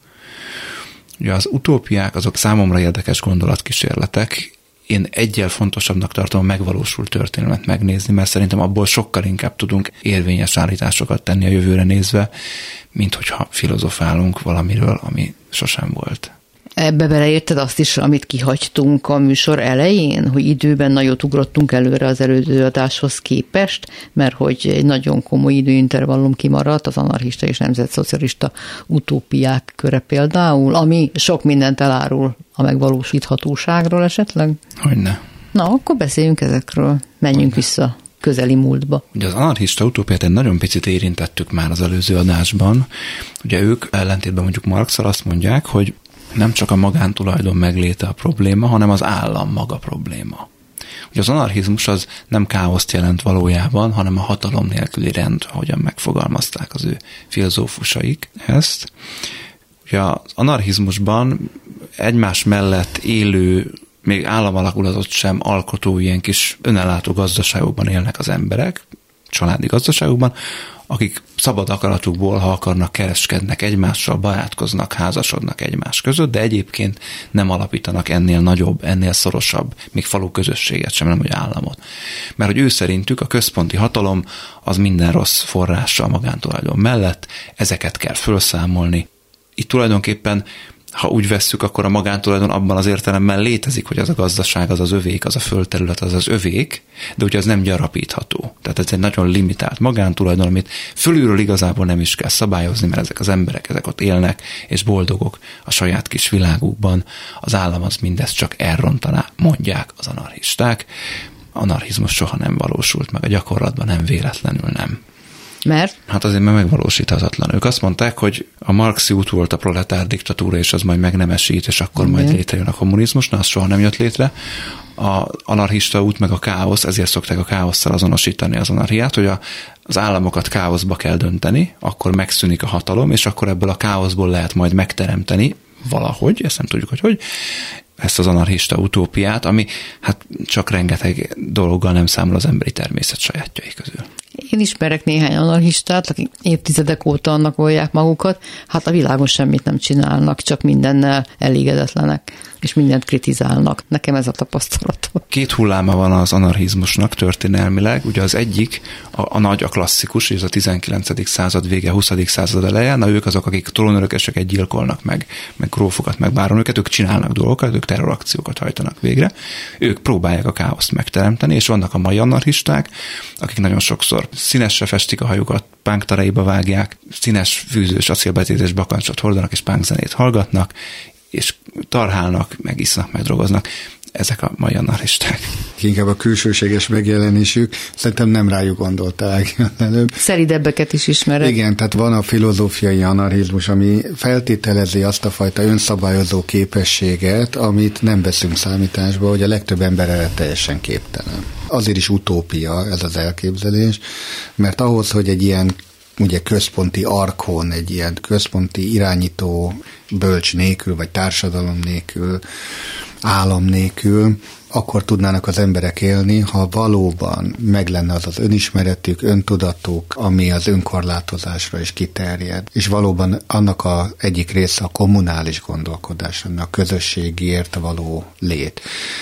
Ugye az utópiák azok számomra érdekes gondolatkísérletek. Én egyel fontosabbnak tartom a megvalósult történelmet megnézni, mert szerintem abból sokkal inkább tudunk érvényes állításokat tenni a jövőre nézve, mint hogyha filozofálunk valamiről, ami sosem volt. Ebbe beleérted azt is, amit kihagytunk a műsor elején, hogy időben nagyot ugrottunk előre az előző adáshoz képest, mert hogy egy nagyon komoly időintervallum kimaradt, az anarchista és nemzetszocialista utópiák köre például, ami sok mindent elárul a megvalósíthatóságról esetleg. Hogyne. Na, akkor beszéljünk ezekről, menjünk Hogyne. vissza közeli múltba. Ugye az anarchista utópiát egy nagyon picit érintettük már az előző adásban. Ugye ők ellentétben mondjuk Marxal azt mondják, hogy nem csak a magántulajdon megléte a probléma, hanem az állam maga probléma. Ugye az anarchizmus az nem káoszt jelent valójában, hanem a hatalom nélküli rend, ahogyan megfogalmazták az ő filozófusaik ezt. Ugye az anarchizmusban egymás mellett élő, még államalakulatot sem alkotó ilyen kis önellátó gazdaságokban élnek az emberek, családi gazdaságokban, akik szabad akaratukból, ha akarnak, kereskednek egymással, barátkoznak, házasodnak egymás között, de egyébként nem alapítanak ennél nagyobb, ennél szorosabb, még falu közösséget sem, nem hogy államot. Mert hogy ő szerintük a központi hatalom az minden rossz forrása a magántulajdon mellett, ezeket kell felszámolni. Itt tulajdonképpen, ha úgy vesszük, akkor a magántulajdon abban az értelemben létezik, hogy az a gazdaság, az az övék, az a földterület, az az övék, de ugye az nem gyarapítható. Tehát ez egy nagyon limitált magántulajdon, amit fölülről igazából nem is kell szabályozni, mert ezek az emberek, ezek ott élnek, és boldogok a saját kis világukban. Az állam az mindezt csak elrontaná, mondják az anarchisták. Anarchizmus soha nem valósult meg, a gyakorlatban nem véletlenül nem. Mert? Hát azért már megvalósíthatatlan. Ők azt mondták, hogy a marxi út volt a proletár diktatúra, és az majd meg nem esít, és akkor majd létrejön a kommunizmus, na az soha nem jött létre. A anarchista út meg a káosz, ezért szokták a káosszal azonosítani az anarchiát, hogy a, az államokat káoszba kell dönteni, akkor megszűnik a hatalom, és akkor ebből a káoszból lehet majd megteremteni valahogy, ezt nem tudjuk, hogy hogy, ezt az anarchista utópiát, ami hát csak rengeteg dologgal nem számol az emberi természet sajátjai közül. Én ismerek néhány anarchistát, akik évtizedek óta annak vallják magukat, hát a világon semmit nem csinálnak, csak mindennel elégedetlenek, és mindent kritizálnak. Nekem ez a tapasztalatom. Két hulláma van az anarchizmusnak történelmileg. Ugye az egyik, a, a nagy, a klasszikus, ez a tizenkilencedik század vége, huszadik század eleje, na ők azok, akik trónörököseket gyilkolnak meg, meg grófokat, meg báronőket, ők csinálnak dolgokat, ők terrorakciókat hajtanak végre. Ők próbálják a káoszt megteremteni, és vannak a mai anarchisták, akik nagyon sokszor színesre festik a hajukat, pánktaraiba vágják, színes fűzős acélbetétes bakancsot hordanak, és pánkzenét hallgatnak, és tarhálnak, meg isznak, meg drogoznak. Ezek a mai anarchisták. Inkább a külsőséges megjelenésük, szerintem nem rájuk gondolták előbb. Szelidebbeket is ismerek. Igen, tehát van a filozófiai anarchizmus, ami feltételezi azt a fajta önszabályozó képességet, amit nem veszünk számításba, hogy a legtöbb ember erre teljesen képtelen. Azért is utópia ez az elképzelés, mert ahhoz, hogy egy ilyen ugye központi arkon, egy ilyen központi irányító bölcs nélkül, vagy társadalom nélkül, állam nélkül, akkor tudnának az emberek élni, ha valóban meg lenne az az önismeretük, öntudatuk, ami az önkorlátozásra is kiterjed. És valóban annak a egyik része a kommunális gondolkodás, a közösségi érte való lét.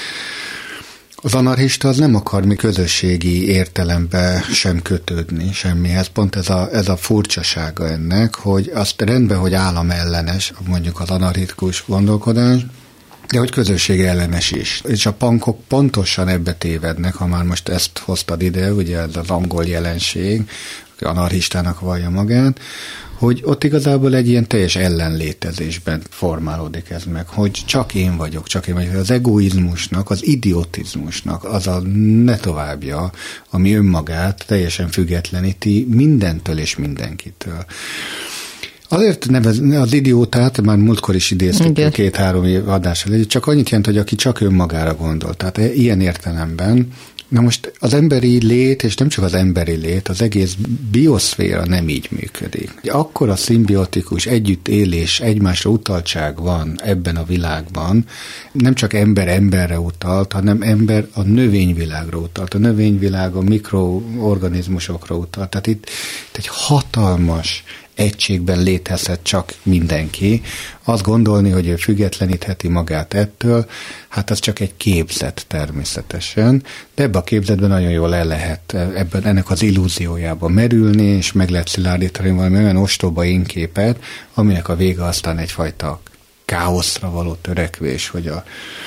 Az anarchista az nem akar mi közösségi értelembe sem kötődni semmihez. Pont ez a, ez a furcsasága ennek, hogy azt rendben, hogy államellenes, mondjuk az anarchikus gondolkodás, de hogy közösség ellenes is. És a punkok pontosan ebbe tévednek, ha már most ezt hoztad ide, ugye ez az angol jelenség, anarchistának vallja magát, hogy ott igazából egy ilyen teljes ellenlétezésben formálódik ez meg, hogy csak én vagyok, csak én vagyok. Az egoizmusnak, az idiotizmusnak az a ne továbbja, ami önmagát teljesen függetleníti mindentől és mindenkitől. Azért nevez, az idiótát már múltkor is idéztük két-három év adással, csak annyit jelent, hogy aki csak önmagára gondol. Tehát ilyen értelemben. Na most az emberi lét, és nem csak az emberi lét, az egész bioszféra nem így működik. Akkor a szimbiotikus együttélés, egymásra utaltság van ebben a világban, nem csak ember emberre utalt, hanem ember a növényvilágra utalt, a növényvilág a mikroorganizmusokra utalt. Tehát itt, itt egy hatalmas egységben létezhet csak mindenki. Azt gondolni, hogy ő függetlenítheti magát ettől, hát az csak egy képzet természetesen, de ebben a képzetben nagyon jól el lehet ebben, ennek az illúziójában merülni, és meg lehet szilárdítani valami olyan ostoba énképet, aminek a vége aztán egyfajta káoszra való törekvés, hogy a,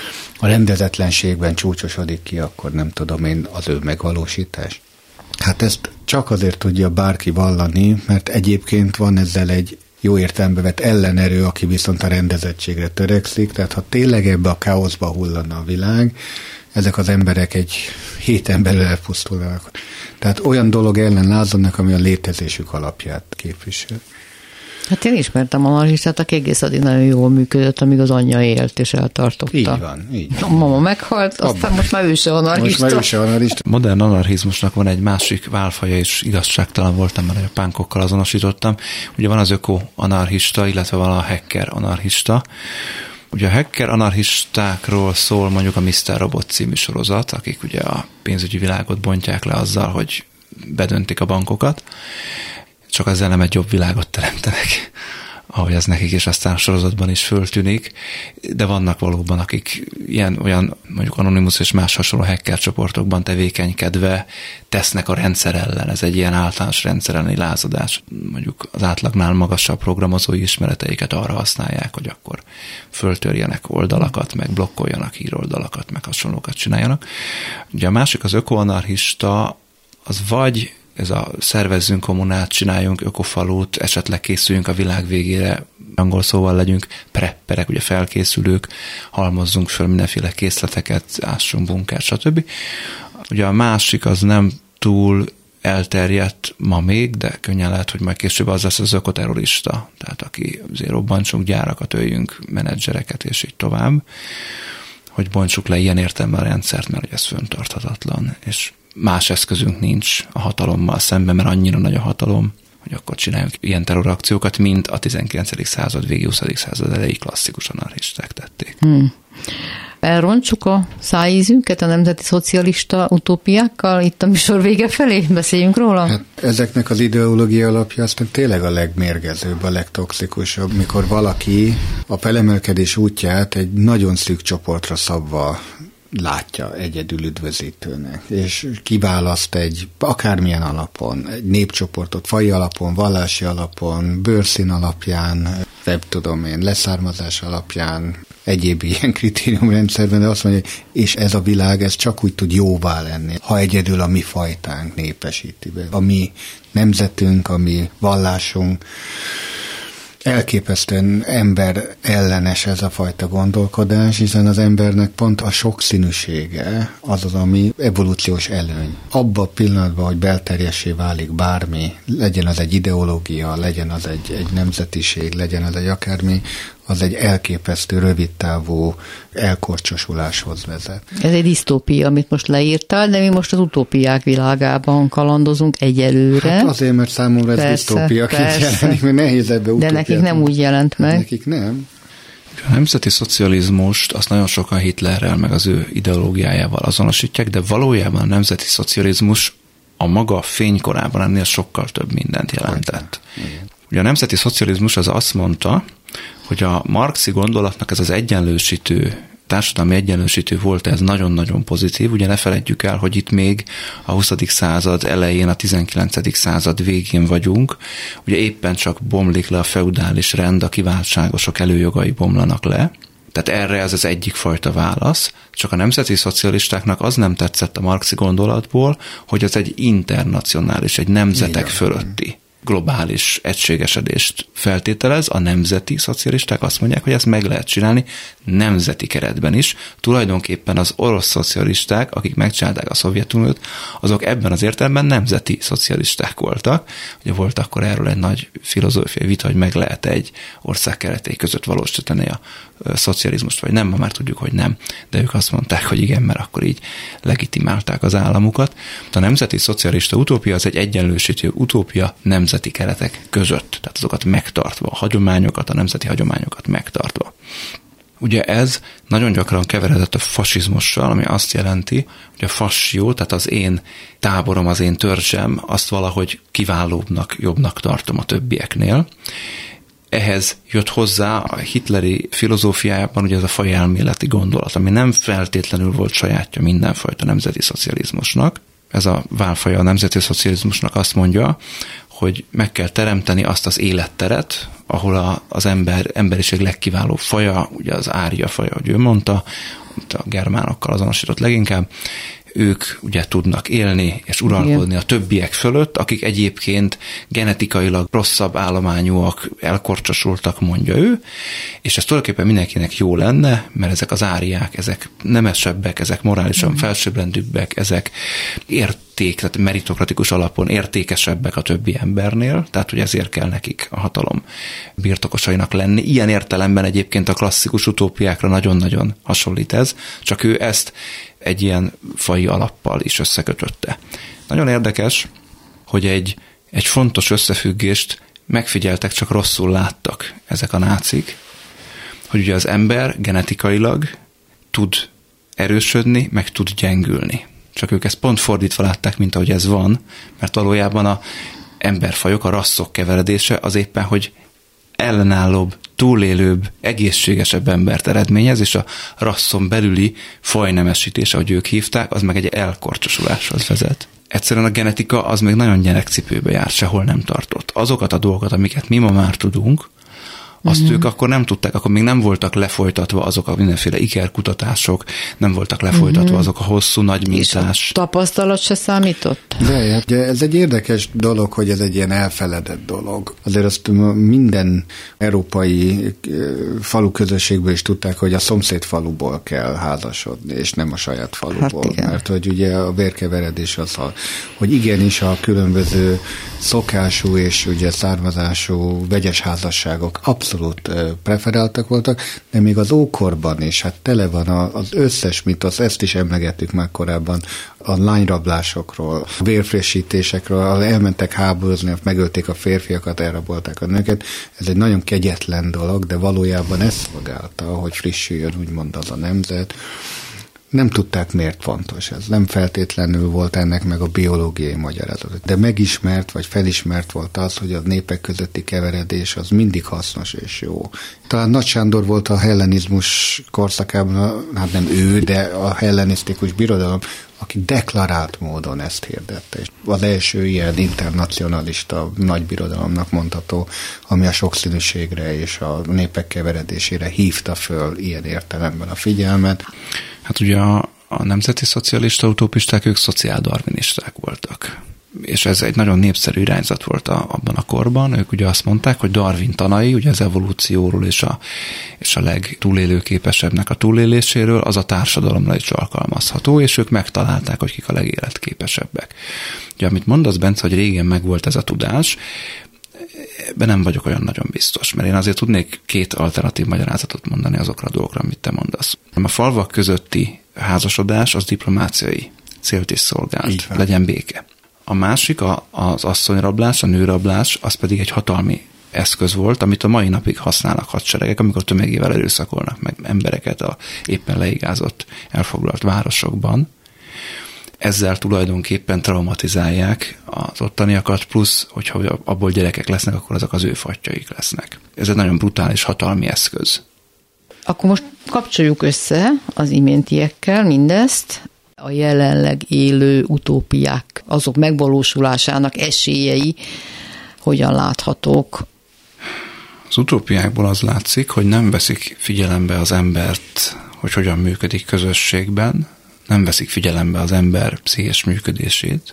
a rendezetlenségben csúcsosodik ki, akkor nem tudom én, az ő megvalósítás. Hát ezt csak azért tudja bárki vallani, mert egyébként van ezzel egy jó értelembe vett ellenerő, aki viszont a rendezettségre törekszik, tehát ha tényleg ebbe a káoszba hullana a világ, ezek az emberek egy héten belül elpusztulnak. Tehát olyan dolog ellen lázadnak, ami a létezésük alapját képvisel. Hát én ismertem anarchistát, aki egész addig nagyon jól működött, amíg az anyja élt és eltartotta. Így van, így van. A mama meghalt, aztán Abban. most már ő se anarchista. Most már ő se anarchista. Modern anarchizmusnak van egy másik válfaja, és igazságtalan voltam, mert a pánkokkal azonosítottam. Ugye van az öko-anarchista, illetve van a hacker anarchista. Ugye a hacker anarchistákról szól mondjuk a miszter Robot című sorozat, akik ugye a pénzügyi világot bontják le azzal, hogy bedöntik a bankokat, csak ezzel nem egy jobb világot teremtenek, ahogy ez nekik is aztán a sorozatban is föltűnik, de vannak valóban, akik ilyen, olyan mondjuk Anonymous és más hasonló hacker csoportokban tevékenykedve tesznek a rendszer ellen. Ez egy ilyen általános rendszer elleni lázadás. Mondjuk az átlagnál magasabb programozói ismereteiket arra használják, hogy akkor föltörjenek oldalakat, meg blokkoljanak híroldalakat, meg hasonlókat csináljanak. Ugye a másik, az ökoanarchista, az vagy ez a szervezzünk kommunát, csináljunk ökofalut, esetleg készüljünk a világ végére, angol szóval legyünk prepperek, ugye felkészülők, halmozzunk föl mindenféle készleteket, ássunk bunkert, stb. Ugye a másik az nem túl elterjedt ma még, de könnyen lehet, hogy majd később az lesz az ökoterrorista, tehát aki azért robbantsunk gyárakat, öljünk menedzsereket, és így tovább, hogy bontsuk le ilyen értelemben a rendszert, mert ez föntarthatatlan, és más eszközünk nincs a hatalommal szemben, mert annyira nagy a hatalom, hogy akkor csináljunk ilyen terrorakciókat, mint a tizenkilencedik század végi, huszadik század elejé klasszikus anarchisták tették. Hmm. Elrontsuk a szájízünket a nemzeti szocialista utópiákkal itt a műsor vége felé? Beszéljünk róla? Hát ezeknek az ideológia alapja aztán tényleg a legmérgezőbb, a legtoxikusabb, mikor valaki a felemelkedés útját egy nagyon szűk csoportra szabva látja egyedül üdvözítőnek, és kiválaszt egy akármilyen alapon, egy népcsoportot, faji alapon, vallási alapon, bőrszín alapján, nem tudom én, leszármazás alapján, egyéb ilyen kritériumrendszerben, de azt mondja, és ez a világ, ez csak úgy tud jóvá lenni, ha egyedül a mi fajtánk népesíti be. A mi nemzetünk, a mi vallásunk, elképesztően ember ellenes ez a fajta gondolkodás, hiszen az embernek pont a sokszínűsége az az, ami evolúciós előny. Abban a pillanatban, hogy belterjessé válik bármi, legyen az egy ideológia, legyen az egy, egy nemzetiség, legyen az egy akármi, az egy elképesztő, rövidtávú elkorcsosuláshoz vezet. Ez egy disztópia, amit most leírtál, de mi most az utópiák világában kalandozunk egyelőre. Hát azért, mert számomra ez disztópiaként jelenik, mert nehéz ebbe utópiát. De nekik nem úgy jelent meg. Nekik nem. A nemzeti szocializmust azt nagyon sokan Hitlerrel, meg az ő ideológiájával azonosítják, de valójában a nemzeti szocializmus a maga fénykorában ennél sokkal több mindent jelentett. Igen. Ugye a nemzeti szocializmus az azt mondta, hogy a marxi gondolatnak ez az egyenlősítő, társadalmi egyenlősítő volt, ez nagyon-nagyon pozitív. Ugye ne feledjük el, hogy itt még a huszadik század elején, a tizenkilencedik század végén vagyunk. Ugye éppen csak bomlik le a feudális rend, a kiváltságosok előjogai bomlanak le. Tehát erre ez az egyik fajta válasz. Csak a nemzeti szocialistáknak az nem tetszett a marxi gondolatból, hogy ez egy internacionális, egy nemzetek fölötti globális egységesedést feltételez, a nemzeti szocialisták azt mondják, hogy ezt meg lehet csinálni, nemzeti keretben is. Tulajdonképpen az orosz szocialisták, akik megcsinálták a Szovjetuniót, azok ebben az értelemben nemzeti szocialisták voltak. Ugye volt akkor erről egy nagy filozófiai vita, hogy meg lehet egy ország keretei között valósítani a szocializmust, vagy nem, ma már tudjuk, hogy nem, de ők azt mondták, hogy igen, mert akkor így legitimálták az államukat. A nemzeti szocialista utópia az egy egyenlősítő utópia nemzeti keretek között, tehát azokat megtartva, a hagyományokat, a nemzeti hagyományokat megtartva. Ugye ez nagyon gyakran keveredett a fasizmussal, ami azt jelenti, hogy a fassió, tehát az én táborom, az én törzsem, azt valahogy kiválóbbnak, jobbnak tartom a többieknél. Ehhez jött hozzá a hitleri filozófiájában ugye ez a fajelméleti gondolat, ami nem feltétlenül volt sajátja mindenfajta nemzeti szocializmusnak. Ez a válfaja a nemzeti szocializmusnak azt mondja, hogy meg kell teremteni azt az életteret, ahol a, az ember, emberiség legkiválóbb faja, ugye az ária faja, hogy ő mondta, a germánokkal azonosított leginkább, ők ugye tudnak élni és uralkodni a többiek fölött, akik egyébként genetikailag rosszabb állományúak, elkorcsosultak, mondja ő, és ez tulajdonképpen mindenkinek jó lenne, mert ezek az áriák, ezek nemesebbek, ezek morálisan mm. felsőbbrendűbbek, ezek érték, tehát meritokratikus alapon értékesebbek a többi embernél, tehát hogy ezért kell nekik a hatalom birtokosainak lenni. Ilyen értelemben egyébként a klasszikus utópiákra nagyon-nagyon hasonlít ez, csak ő ezt egy ilyen faji alappal is összekötötte. Nagyon érdekes, hogy egy, egy fontos összefüggést megfigyeltek, csak rosszul láttak ezek a nácik, hogy ugye az ember genetikailag tud erősödni, meg tud gyengülni. Csak ők ezt pont fordítva látták, mint ahogy ez van, mert valójában a emberfajok, a rasszok keveredése az éppen, hogy ellenállóbb, túlélőbb, egészségesebb embert eredményez, és a rasszon belüli fajnemesítés, ahogy ők hívták, az meg egy elkorcsosuláshoz vezet. Egyszerűen a genetika az még nagyon gyerekcipőbe jár, sehol nem tartott. Azokat a dolgokat, amiket mi ma már tudunk, azt mm-hmm. ők akkor nem tudták, akkor még nem voltak lefolytatva azok a mindenféle ikerkutatások, nem voltak lefolytatva mm-hmm. azok a hosszú, nagy mintás. És a tapasztalat se számított? De ugye ez egy érdekes dolog, hogy ez egy ilyen elfeledett dolog. Azért azt minden európai falu közösségből is tudták, hogy a szomszéd faluból kell házasodni, és nem a saját faluból. Hát mert hogy ugye a vérkeveredés az, hogy igenis a különböző szokású és ugye származású vegyes házasságok abszolút preferáltak voltak, de még az ókorban is, hát tele van az összes mitosz, ezt is emlegettük már korábban, a lányrablásokról, a vérfrissítésekről, elmentek háborúzni, megölték a férfiakat, elrabolták a nőket. Ez egy nagyon kegyetlen dolog, de valójában ez szolgálta, hogy frissüljön úgymond az a nemzet. Nem tudták, miért fontos ez. Nem feltétlenül volt ennek meg a biológiai magyarázat. De megismert, vagy felismert volt az, hogy a népek közötti keveredés az mindig hasznos és jó. Talán Nagy Sándor volt a hellenizmus korszakában, hát nem ő, de a hellenisztikus birodalom, aki deklarált módon ezt hirdette. És az első ilyen internacionalista nagybirodalomnak mondható, ami a sokszínűségre és a népek keveredésére hívta föl ilyen értelemben a figyelmet. Hát ugye a, a nemzeti szocialista utópisták, ők szociáldarwinisták voltak. És ez egy nagyon népszerű irányzat volt a, abban a korban. Ők ugye azt mondták, hogy Darwin tanai, ugye az evolúcióról és a, és a legtúlélőképesebbnek a túléléséről, az a társadalomra is alkalmazható, és ők megtalálták, hogy kik a legéletképesebbek. Ugye, amit mondasz, Bence, hogy régen megvolt ez a tudás, ebben nem vagyok olyan nagyon biztos, mert én azért tudnék két alternatív magyarázatot mondani azokra a dolgokra, amit te mondasz. A falvak közötti házasodás az diplomáciai célt is szolgált, legyen béke. A másik, a, az asszonyrablás, a nőrablás, az pedig egy hatalmi eszköz volt, amit a mai napig használnak hadseregek, amikor tömegével erőszakolnak meg embereket a éppen leigázott, elfoglalt városokban. Ezzel tulajdonképpen traumatizálják az ottaniakat, plusz, hogyha abból gyerekek lesznek, akkor azok az ő fatjaik lesznek. Ez egy nagyon brutális hatalmi eszköz. Akkor most kapcsoljuk össze az iméntiekkel mindezt. A jelenleg élő utópiák, azok megvalósulásának esélyei hogyan láthatók? Az utópiákból az látszik, hogy nem veszik figyelembe az embert, hogy hogyan működik közösségben, nem veszik figyelembe az ember pszichés működését.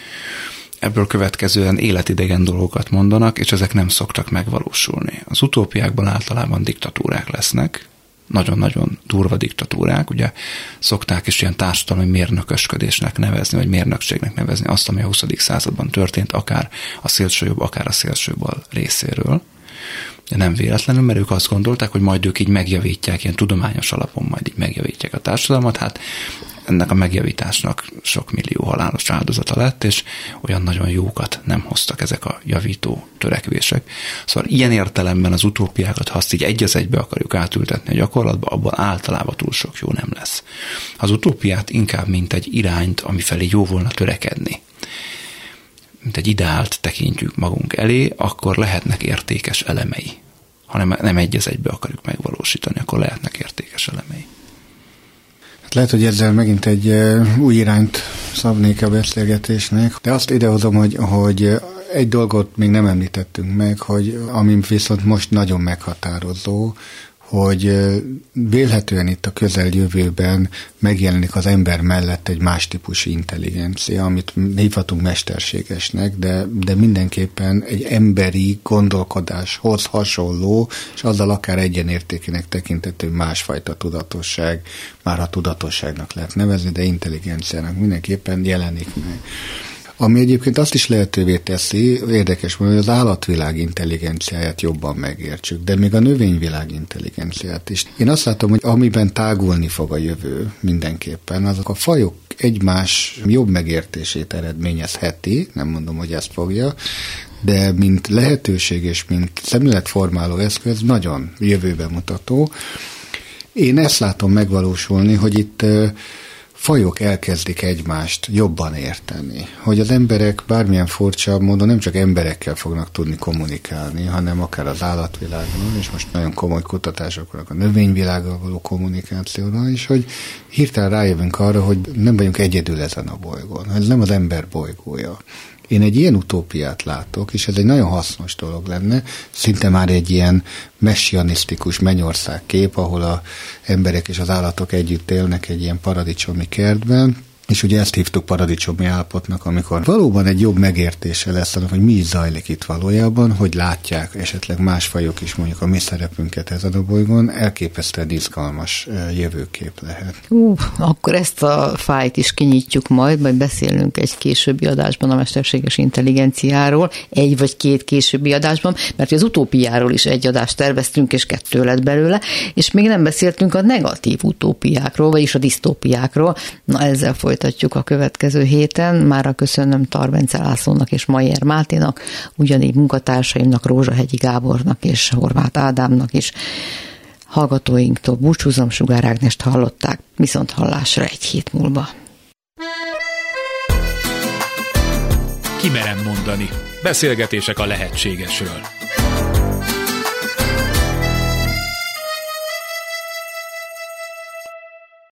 Ebből következően életidegen dolgokat mondanak, és ezek nem szoktak megvalósulni. Az utópiákban általában diktatúrák lesznek, nagyon-nagyon durva diktatúrák, ugye szokták is ilyen társadalmi mérnökösködésnek nevezni, vagy mérnökségnek nevezni azt, ami a huszadik században történt, akár a szélsőjobb, akár a szélsőbal részéről. De nem véletlenül, mert ők azt gondolták, hogy majd ők így megjavítják, ilyen tudományos alapon majd így megjavítják a társadalmat, hát ennek a megjavításnak sok millió halálos áldozata lett, és olyan nagyon jókat nem hoztak ezek a javító törekvések. Szóval ilyen értelemben az utópiákat, ha azt így egy az egybe akarjuk átültetni a gyakorlatba, abban általában túl sok jó nem lesz. Az utópiát inkább mint egy irányt, amifelé jó volna törekedni, mint egy ideált tekintjük magunk elé, akkor lehetnek értékes elemei. Ha nem, nem egy az egybe akarjuk megvalósítani, akkor lehetnek értékes elemei. Lehet, hogy ezzel megint egy új irányt szabnék a beszélgetésnek, de azt idehozom, hogy, hogy egy dolgot még nem említettünk meg, hogy ami viszont most nagyon meghatározó, hogy vélhetően itt a közeljövőben megjelenik az ember mellett egy más típusú intelligencia, amit hívhatunk mesterségesnek, de, de mindenképpen egy emberi gondolkodáshoz hasonló, és azzal akár egyenértékének tekintető másfajta tudatosság, már a tudatosságnak lehet nevezni, de intelligenciának mindenképpen jelenik meg. Ami egyébként azt is lehetővé teszi, érdekes módon, hogy az állatvilág intelligenciáját jobban megértsük, de még a növényvilág intelligenciát is. Én azt látom, hogy amiben tágulni fog a jövő mindenképpen, azok a fajok egymás jobb megértését eredményezheti, nem mondom, hogy ezt fogja, de mint lehetőség és mint szemléletformáló eszköz nagyon jövőbe mutató. Én ezt látom megvalósulni, hogy itt fajok elkezdik egymást jobban érteni. Hogy az emberek bármilyen furcsa módon nem csak emberekkel fognak tudni kommunikálni, hanem akár az állatvilágban, és most nagyon komoly kutatások vannak a növényvilággal való kommunikációra is, hogy hirtelen rájövünk arra, hogy nem vagyunk egyedül ezen a bolygón. Ez nem az ember bolygója. Én egy ilyen utópiát látok, és ez egy nagyon hasznos dolog lenne, szinte már egy ilyen messianisztikus mennyország kép, ahol az emberek és az állatok együtt élnek egy ilyen paradicsomi kertben, és ugye ezt hívtuk paradicsomi állapotnak, amikor valóban egy jobb megértése lesz annak, hogy mi is zajlik itt valójában, hogy látják esetleg más fajok is mondjuk a mi szerepünket ezen a bolygón, elképesztően izgalmas jövőkép lehet. Ú, akkor ezt a fájt is kinyitjuk majd, majd beszélünk egy későbbi adásban a mesterséges intelligenciáról, egy vagy két későbbi adásban, mert az utópiáról is egy adást terveztünk, és kettő lett belőle, és még nem beszéltünk a negatív utópiákról, vagyis a disztópiákról. Na, ezzel folytatjuk a következő héten. Mára köszönöm Tar Bence Lászlónak és Mayer Máténak, ugyanígy munkatársaimnak, Rózsahegyi Gábornak és Horváth Ádámnak is. Hallgatóinktól búcsúzom, Sugár Ágnest hallották, viszont hallásra egy hét múlva. Kimerem mondani. Beszélgetések a lehetségesről.